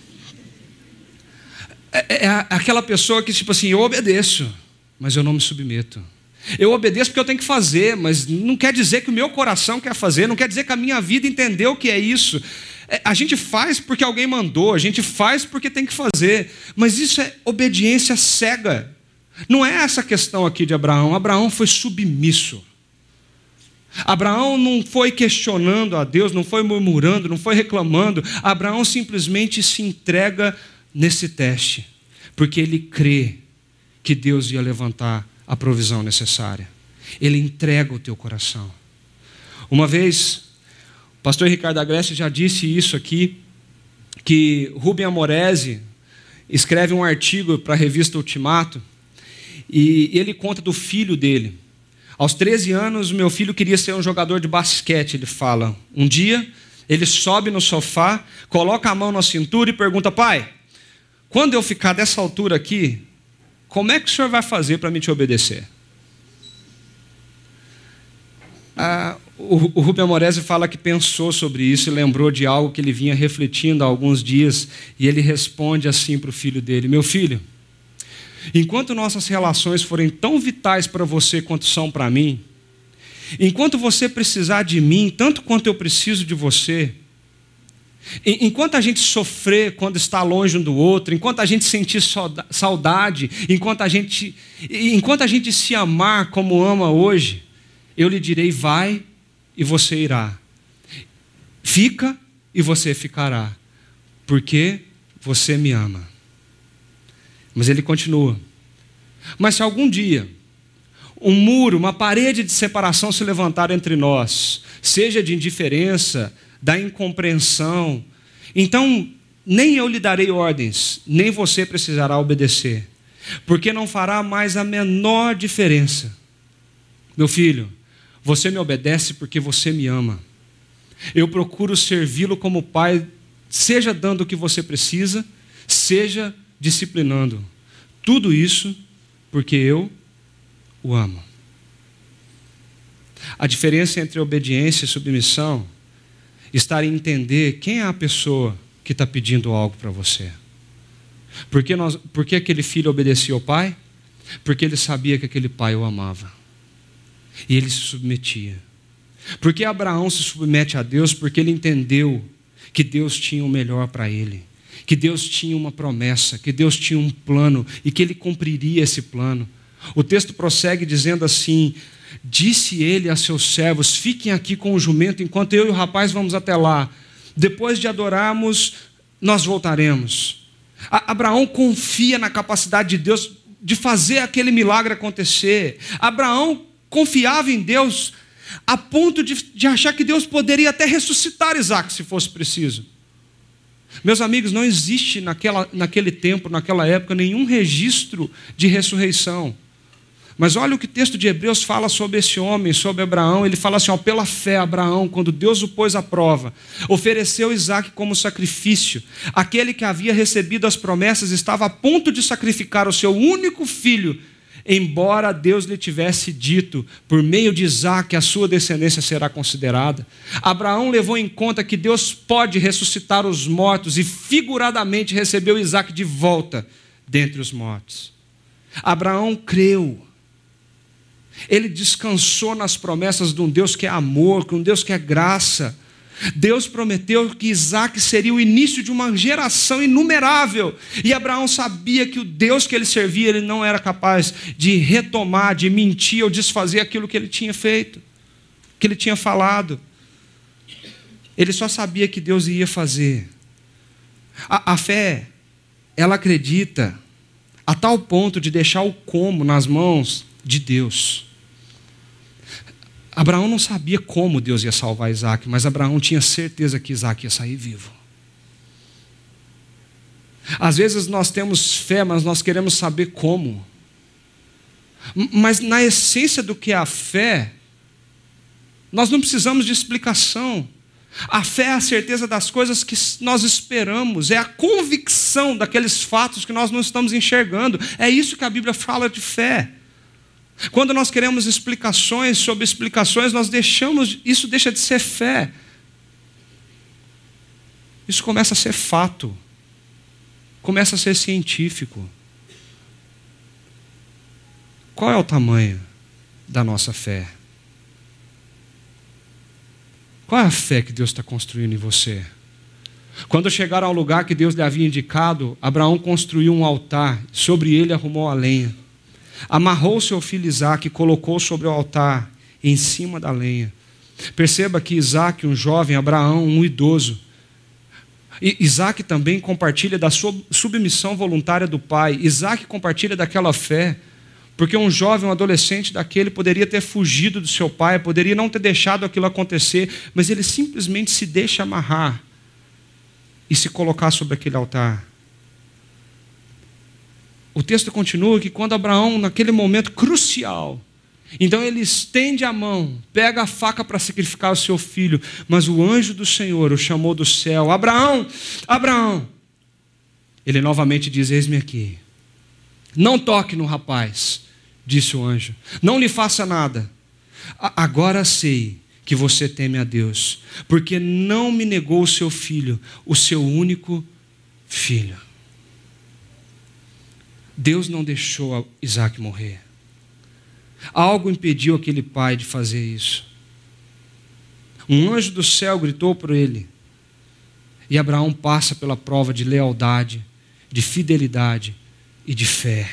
É aquela pessoa que, tipo assim, eu obedeço, mas eu não me submeto. Eu obedeço porque eu tenho que fazer, mas não quer dizer que o meu coração quer fazer, não quer dizer que a minha vida entendeu o que é isso. A gente faz porque alguém mandou, a gente faz porque tem que fazer, mas isso é obediência cega. Não é essa a questão aqui de Abraão. Abraão foi submisso. Abraão não foi questionando a Deus, não foi murmurando, não foi reclamando. Abraão simplesmente se entrega nesse teste, porque ele crê que Deus ia levantar a provisão necessária. Ele entrega o teu coração. Uma vez, o pastor Ricardo Agreste já disse isso aqui, que Rubem Amorese escreve um artigo para a revista Ultimato, e ele conta do filho dele. Aos 13 anos, meu filho queria ser um jogador de basquete, ele fala. Um dia, ele sobe no sofá, coloca a mão na cintura e pergunta: pai, quando eu ficar dessa altura aqui, como é que o senhor vai fazer para me te obedecer? O Rubem Amorese fala que pensou sobre isso e lembrou de algo que ele vinha refletindo há alguns dias, e ele responde assim para o filho dele: meu filho, enquanto nossas relações forem tão vitais para você quanto são para mim, enquanto você precisar de mim tanto quanto eu preciso de você, enquanto a gente sofrer quando está longe um do outro, enquanto a gente sentir saudade, enquanto a gente se amar como ama hoje, eu lhe direi: vai e você irá. Fica e você ficará, porque você me ama. Mas ele continua: mas se algum dia um muro, uma parede de separação se levantar entre nós, seja de indiferença, da incompreensão, então nem eu lhe darei ordens, nem você precisará obedecer, porque não fará mais a menor diferença. Meu filho, você me obedece porque você me ama. Eu procuro servi-lo como pai, seja dando o que você precisa, seja disciplinando. Tudo isso porque eu o amo. A diferença entre obediência e submissão está em entender quem é a pessoa que está pedindo algo para você. Por que aquele filho obedecia ao pai? Porque ele sabia que aquele pai o amava. E ele se submetia. Por que Abraão se submete a Deus? Porque ele entendeu que Deus tinha o melhor para ele. Que Deus tinha uma promessa, que Deus tinha um plano e que ele cumpriria esse plano. O texto prossegue dizendo assim: disse ele a seus servos: fiquem aqui com o jumento enquanto eu e o rapaz vamos até lá. Depois de adorarmos, nós voltaremos. Abraão confia na capacidade de Deus de fazer aquele milagre acontecer. Abraão confiava em Deus a ponto de achar que Deus poderia até ressuscitar Isaac se fosse preciso. Meus amigos, não existe naquele tempo, naquela época, nenhum registro de ressurreição. Mas olha o que o texto de Hebreus fala sobre esse homem, sobre Abraão. Ele fala assim: pela fé, Abraão, quando Deus o pôs à prova, ofereceu Isaac como sacrifício. Aquele que havia recebido as promessas estava a ponto de sacrificar o seu único filho, embora Deus lhe tivesse dito: por meio de Isaac a sua descendência será considerada. Abraão levou em conta que Deus pode ressuscitar os mortos e figuradamente recebeu Isaac de volta dentre os mortos. Abraão creu. Ele descansou nas promessas de um Deus que é amor, de um Deus que é graça. Deus prometeu que Isaac seria o início de uma geração inumerável. E Abraão sabia que o Deus que ele servia, ele não era capaz de retomar, de mentir ou desfazer aquilo que ele tinha feito, que ele tinha falado. Ele só sabia que Deus ia fazer. A fé, ela acredita a tal ponto de deixar o como nas mãos de Deus. Abraão não sabia como Deus ia salvar Isaac, mas Abraão tinha certeza que Isaac ia sair vivo. Às vezes nós temos fé, mas nós queremos saber como. Mas na essência do que é a fé, nós não precisamos de explicação. A fé é a certeza das coisas que nós esperamos, é a convicção daqueles fatos que nós não estamos enxergando. É isso que a Bíblia fala de fé. Quando nós queremos explicações sobre explicações, isso deixa de ser fé. Isso começa a ser fato, começa a ser científico. Qual é o tamanho da nossa fé? Qual é a fé que Deus está construindo em você? Quando chegaram ao lugar que Deus lhe havia indicado, Abraão construiu um altar, sobre ele arrumou a lenha. Amarrou seu filho Isaque e colocou sobre o altar, em cima da lenha. Perceba que Isaque, um jovem, Abraão, um idoso. E Isaque também compartilha da submissão voluntária do pai. Isaque compartilha daquela fé. Porque um jovem, um adolescente daquele poderia ter fugido do seu pai, poderia não ter deixado aquilo acontecer, mas ele simplesmente se deixa amarrar e se colocar sobre aquele altar. O texto continua que quando Abraão, naquele momento crucial, então ele estende a mão, pega a faca para sacrificar o seu filho, mas o anjo do Senhor o chamou do céu: Abraão, Abraão. Ele novamente diz: eis-me aqui. Não toque no rapaz, disse o anjo. Não lhe faça nada. Agora sei que você teme a Deus, porque não me negou o seu filho, o seu único filho. Deus não deixou Isaque morrer. Algo impediu aquele pai de fazer isso. Um anjo do céu gritou por ele. E Abraão passa pela prova de lealdade, de fidelidade e de fé.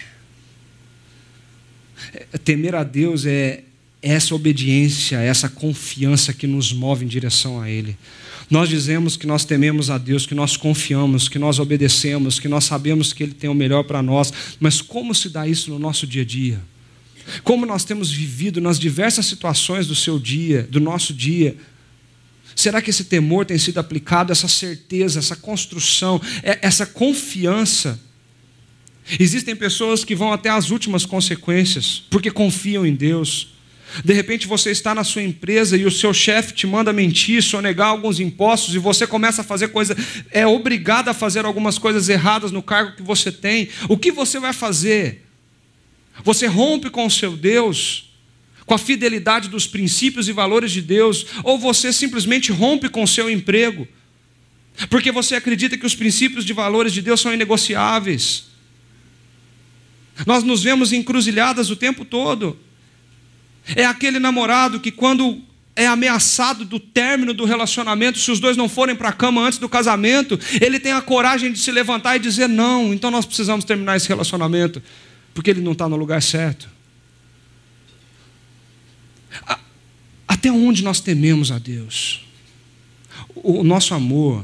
Temer a Deus é essa obediência, essa confiança que nos move em direção a Ele. Nós dizemos que nós tememos a Deus, que nós confiamos, que nós obedecemos, que nós sabemos que Ele tem o melhor para nós, mas como se dá isso no nosso dia a dia? Como nós temos vivido nas diversas situações do seu dia, do nosso dia? Será que esse temor tem sido aplicado, essa certeza, essa construção, essa confiança? Existem pessoas que vão até as últimas consequências, porque confiam em Deus. De repente você está na sua empresa e o seu chefe te manda mentir, sonegar alguns impostos, e você começa a fazer é obrigado a fazer algumas coisas erradas no cargo que você tem. O que você vai fazer? Você rompe com o seu Deus, com a fidelidade dos princípios e valores de Deus, ou você simplesmente rompe com o seu emprego, porque você acredita que os princípios e valores de Deus são inegociáveis. Nós nos vemos encruzilhadas o tempo todo. É aquele namorado que, quando é ameaçado do término do relacionamento, se os dois não forem para a cama antes do casamento, ele tem a coragem de se levantar e dizer: não, então nós precisamos terminar esse relacionamento, porque ele não está no lugar certo. Até onde nós tememos a Deus? O nosso amor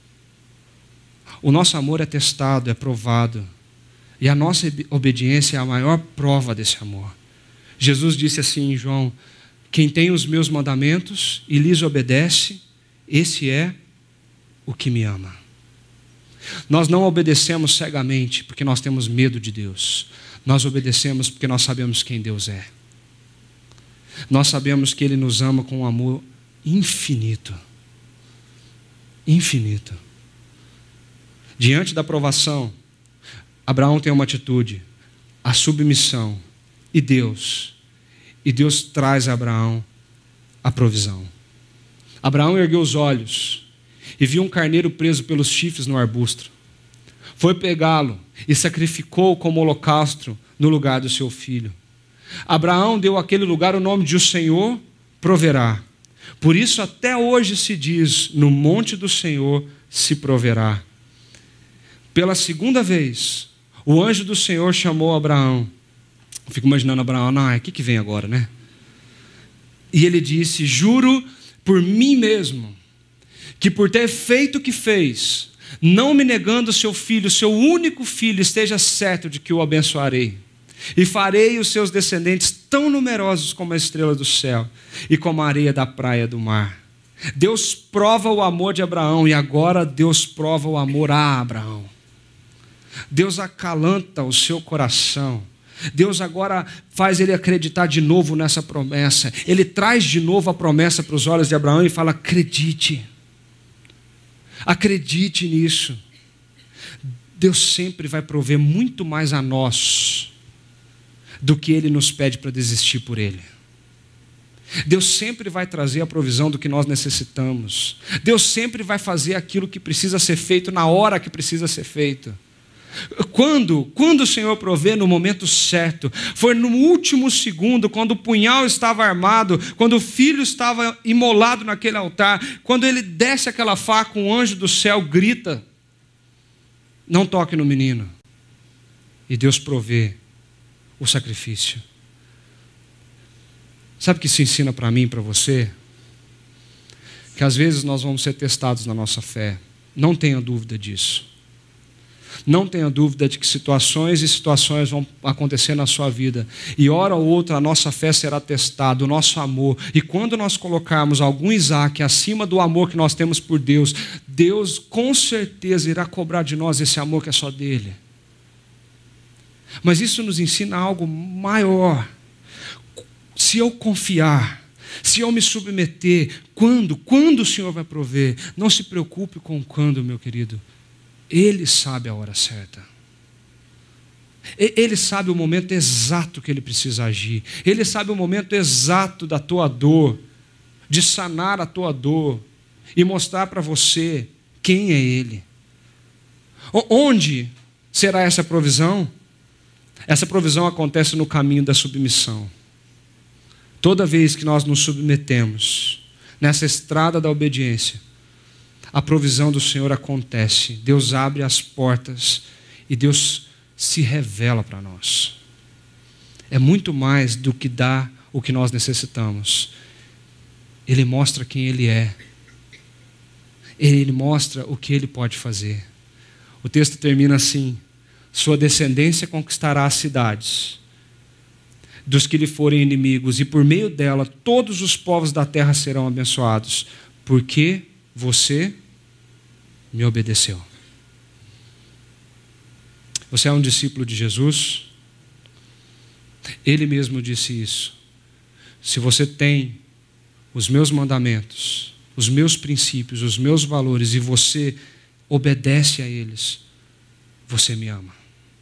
é testado, é provado, e a nossa obediência é a maior prova desse amor. Jesus disse assim em João: quem tem os meus mandamentos e lhes obedece, esse é o que me ama. Nós não obedecemos cegamente porque nós temos medo de Deus. Nós obedecemos porque nós sabemos quem Deus é. Nós sabemos que Ele nos ama com um amor infinito. Infinito. Diante da provação, Abraão tem uma atitude: a submissão. E Deus traz a Abraão a provisão. Abraão ergueu os olhos e viu um carneiro preso pelos chifres no arbusto. Foi pegá-lo e sacrificou como holocausto no lugar do seu filho. Abraão deu àquele lugar o nome de: o Senhor proverá. Por isso até hoje se diz: no monte do Senhor se proverá. Pela segunda vez, o anjo do Senhor chamou Abraão. Eu fico imaginando Abraão: o que vem agora, né? E ele disse: juro por mim mesmo, que por ter feito o que fez, não me negando seu filho, seu único filho, esteja certo de que o abençoarei. E farei os seus descendentes tão numerosos como a estrela do céu e como a areia da praia do mar. Deus prova o amor de Abraão, e agora Deus prova o amor a Abraão. Deus acalanta o seu coração. Deus agora faz ele acreditar de novo nessa promessa. Ele traz de novo a promessa para os olhos de Abraão e fala: acredite, Acredite nisso. Deus sempre vai prover muito mais a nós do que Ele nos pede para desistir por Ele. Deus sempre vai trazer a provisão do que nós necessitamos. Deus sempre vai fazer aquilo que precisa ser feito na hora que precisa ser feito. Quando o Senhor provê no momento certo, foi no último segundo, quando o punhal estava armado, quando o filho estava imolado naquele altar, quando ele desce aquela faca, um anjo do céu grita: não toque no menino. E Deus provê o sacrifício. Sabe o que isso ensina para mim e para você? Que às vezes nós vamos ser testados na nossa fé. Não tenha dúvida disso. Não tenha dúvida de que situações e situações vão acontecer na sua vida. E hora ou outra a nossa fé será testada, o nosso amor. E quando nós colocarmos algum Isaac acima do amor que nós temos por Deus, Deus com certeza irá cobrar de nós esse amor que é só dele. Mas isso nos ensina algo maior. Se eu confiar, se eu me submeter, quando o Senhor vai prover, não se preocupe com quando, meu querido. Ele sabe a hora certa. Ele sabe o momento exato que Ele precisa agir. Ele sabe o momento exato da tua dor, de sanar a tua dor e mostrar para você quem é Ele. Onde será essa provisão? Essa provisão acontece no caminho da submissão. Toda vez que nós nos submetemos nessa estrada da obediência, a provisão do Senhor acontece. Deus abre as portas e Deus se revela para nós. É muito mais do que dá o que nós necessitamos. Ele mostra quem Ele é. Ele mostra o que Ele pode fazer. O texto termina assim: sua descendência conquistará as cidades dos que lhe forem inimigos, e por meio dela todos os povos da terra serão abençoados, porque você me obedeceu. Você é um discípulo de Jesus? Ele mesmo disse isso. Se você tem os meus mandamentos, os meus princípios, os meus valores, e você obedece a eles, você me ama.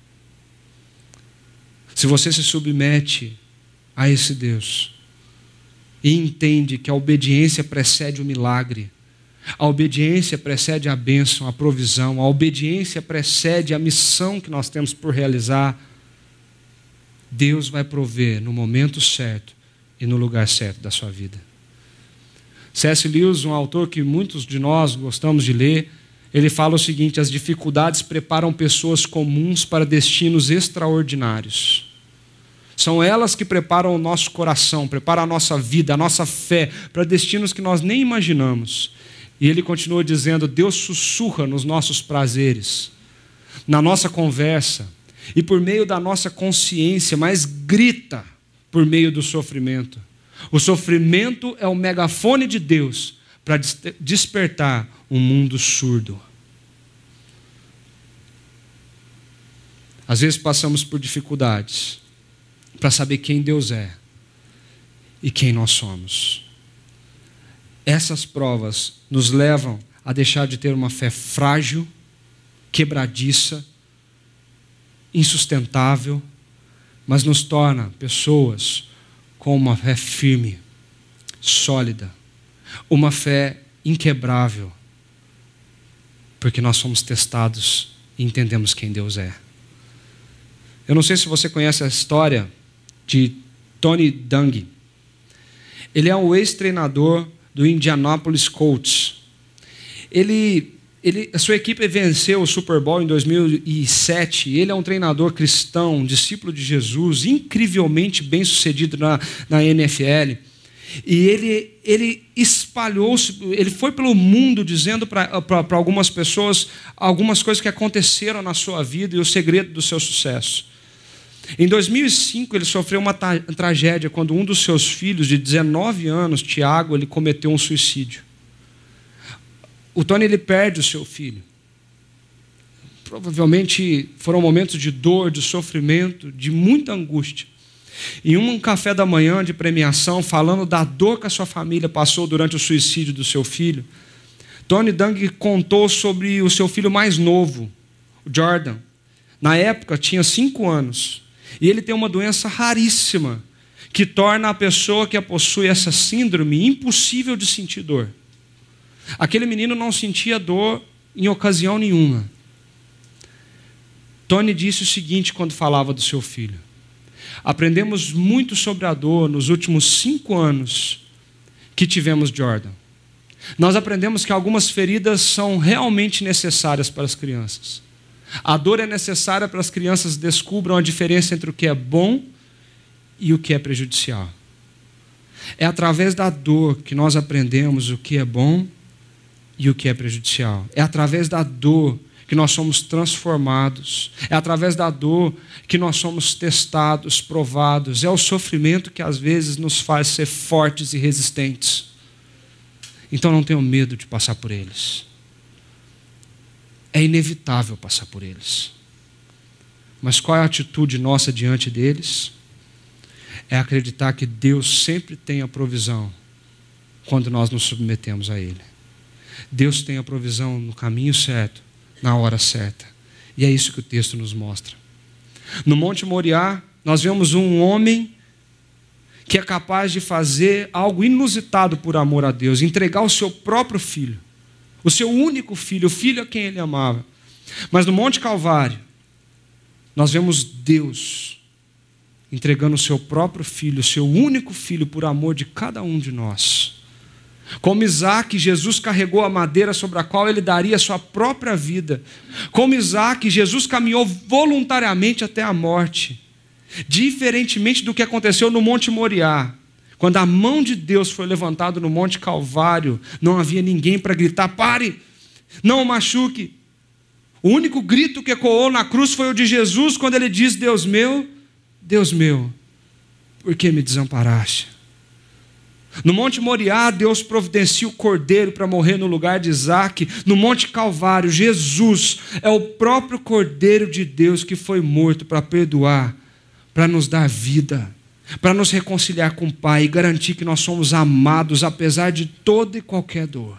Se você se submete a esse Deus e entende que a obediência precede o milagre, a obediência precede a bênção, a provisão, a obediência precede a missão que nós temos por realizar, Deus vai prover no momento certo e no lugar certo da sua vida. C.S. Lewis, um autor que muitos de nós gostamos de ler, ele fala o seguinte: as dificuldades preparam pessoas comuns para destinos extraordinários. São elas que preparam o nosso coração, preparam a nossa vida, a nossa fé, para destinos que nós nem imaginamos. E ele continua dizendo: Deus sussurra nos nossos prazeres, na nossa conversa, e por meio da nossa consciência, mas grita por meio do sofrimento. O sofrimento é o megafone de Deus para despertar um mundo surdo. Às vezes passamos por dificuldades para saber quem Deus é e quem nós somos. Essas provas nos levam a deixar de ter uma fé frágil, quebradiça, insustentável, mas nos torna pessoas com uma fé firme, sólida, uma fé inquebrável, porque nós somos testados e entendemos quem Deus é. Eu não sei se você conhece a história de Tony Dungy. Ele é um ex-treinador do Indianapolis Colts. A sua equipe venceu o Super Bowl em 2007. Ele é um treinador cristão, um discípulo de Jesus, incrivelmente bem sucedido na NFL. E ele espalhou-se, ele foi pelo mundo dizendo para algumas pessoas algumas coisas que aconteceram na sua vida e o segredo do seu sucesso. Em 2005, ele sofreu uma tragédia quando um dos seus filhos, de 19 anos, Tiago, ele cometeu um suicídio. O Tony, ele perde o seu filho. Provavelmente foram momentos de dor, de sofrimento, de muita angústia. Em um café da manhã de premiação, falando da dor que a sua família passou durante o suicídio do seu filho, Tony Dung contou sobre o seu filho mais novo, o Jordan. Na época tinha 5 anos. E ele tem uma doença raríssima, que torna a pessoa que a possui essa síndrome impossível de sentir dor. Aquele menino não sentia dor em ocasião nenhuma. Tony disse o seguinte quando falava do seu filho: aprendemos muito sobre a dor nos últimos 5 anos que tivemos Jordan. Nós aprendemos que algumas feridas são realmente necessárias para as crianças. A dor é necessária para as crianças descubram a diferença entre o que é bom e o que é prejudicial. É através da dor que nós aprendemos o que é bom e o que é prejudicial. É através da dor que nós somos transformados. É através da dor que nós somos testados, provados. É o sofrimento que às vezes nos faz ser fortes e resistentes. Então não tenham medo de passar por eles. É inevitável passar por eles. Mas qual é a atitude nossa diante deles? É acreditar que Deus sempre tem a provisão quando nós nos submetemos a Ele. Deus tem a provisão no caminho certo, na hora certa. E é isso que o texto nos mostra. No Monte Moriá, nós vemos um homem que é capaz de fazer algo inusitado por amor a Deus, entregar o seu próprio filho, o seu único filho, o filho a quem ele amava. Mas no Monte Calvário, nós vemos Deus entregando o seu próprio filho, o seu único filho, por amor de cada um de nós. Como Isaac, Jesus carregou a madeira sobre a qual ele daria a sua própria vida. Como Isaac, Jesus caminhou voluntariamente até a morte. Diferentemente do que aconteceu no Monte Moriá, quando a mão de Deus foi levantada no Monte Calvário, não havia ninguém para gritar: pare, não o machuque. O único grito que ecoou na cruz foi o de Jesus, quando ele diz: Deus meu, por que me desamparaste? No Monte Moriá, Deus providencia o cordeiro para morrer no lugar de Isaac. No Monte Calvário, Jesus é o próprio cordeiro de Deus que foi morto para perdoar, para nos dar vida, para nos reconciliar com o Pai e garantir que nós somos amados apesar de toda e qualquer dor.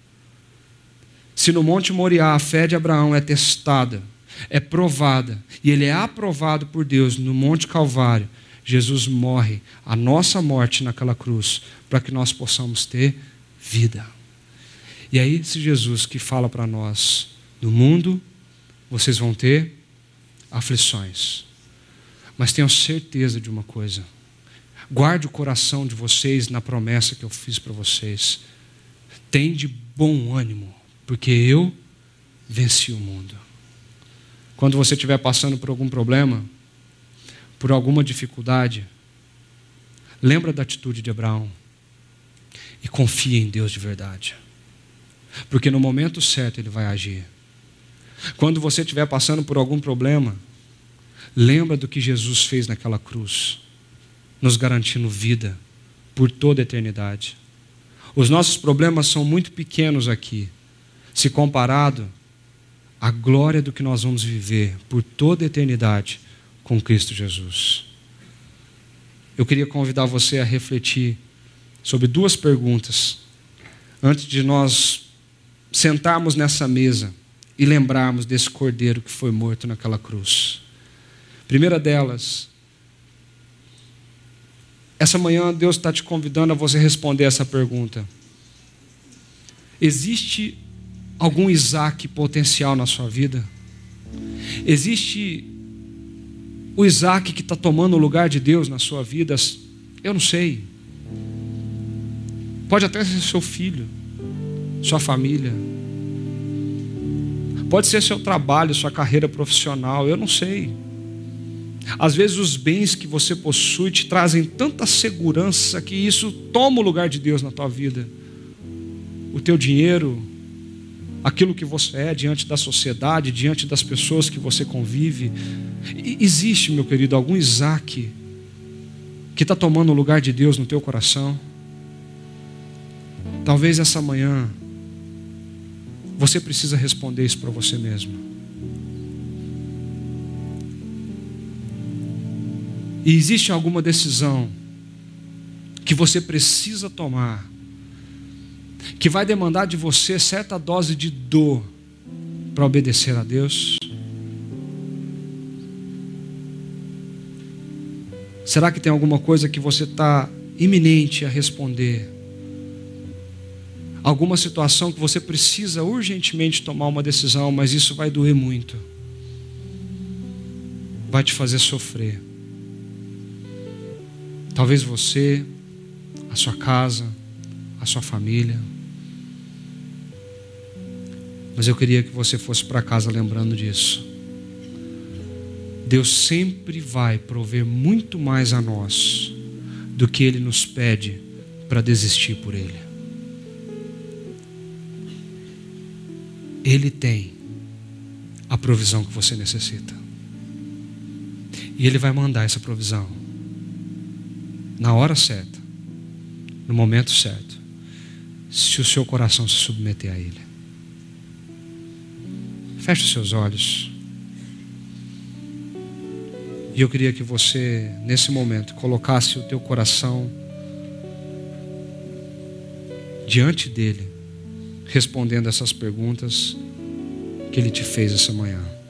Se no Monte Moriá a fé de Abraão é testada, é provada, e ele é aprovado por Deus, no Monte Calvário, Jesus morre a nossa morte naquela cruz, para que nós possamos ter vida. E é esse Jesus que fala para nós: no mundo vocês vão ter aflições, mas tenham certeza de uma coisa: guarde o coração de vocês na promessa que eu fiz para vocês. Tende bom ânimo, porque eu venci o mundo. Quando você estiver passando por algum problema, por alguma dificuldade, lembra da atitude de Abraão e confia em Deus de verdade, porque no momento certo Ele vai agir. Quando você estiver passando por algum problema, lembra do que Jesus fez naquela cruz, nos garantindo vida por toda a eternidade. Os nossos problemas são muito pequenos aqui, se comparado à glória do que nós vamos viver por toda a eternidade com Cristo Jesus. Eu queria convidar você a refletir sobre 2 perguntas antes de nós sentarmos nessa mesa e lembrarmos desse cordeiro que foi morto naquela cruz. Primeira delas: essa manhã Deus está te convidando a você responder essa pergunta. Existe algum Isaac potencial na sua vida? Existe o Isaac que está tomando o lugar de Deus na sua vida? Eu não sei. Pode até ser seu filho, sua família. Pode ser seu trabalho, sua carreira profissional, eu não sei. Às vezes os bens que você possui te trazem tanta segurança que isso toma o lugar de Deus na tua vida. O teu dinheiro, aquilo que você é diante da sociedade, diante das pessoas que você convive. Existe, meu querido, algum Isaac que está tomando o lugar de Deus no teu coração? Talvez essa manhã você precisa responder isso para você mesmo. E existe alguma decisão que você precisa tomar que vai demandar de você certa dose de dor para obedecer a Deus? Será que tem alguma coisa que você está iminente a responder? Alguma situação que você precisa urgentemente tomar uma decisão, mas isso vai doer muito, vai te fazer sofrer. Talvez você, a sua casa, a sua família. Mas eu queria que você fosse para casa lembrando disso. Deus sempre vai prover muito mais a nós do que Ele nos pede para desistir por Ele. Ele tem a provisão que você necessita. E Ele vai mandar essa provisão na hora certa, no momento certo, se o seu coração se submeter a Ele. Feche os seus olhos. E eu queria que você, nesse momento, colocasse o teu coração diante dele, respondendo essas perguntas que ele te fez essa manhã.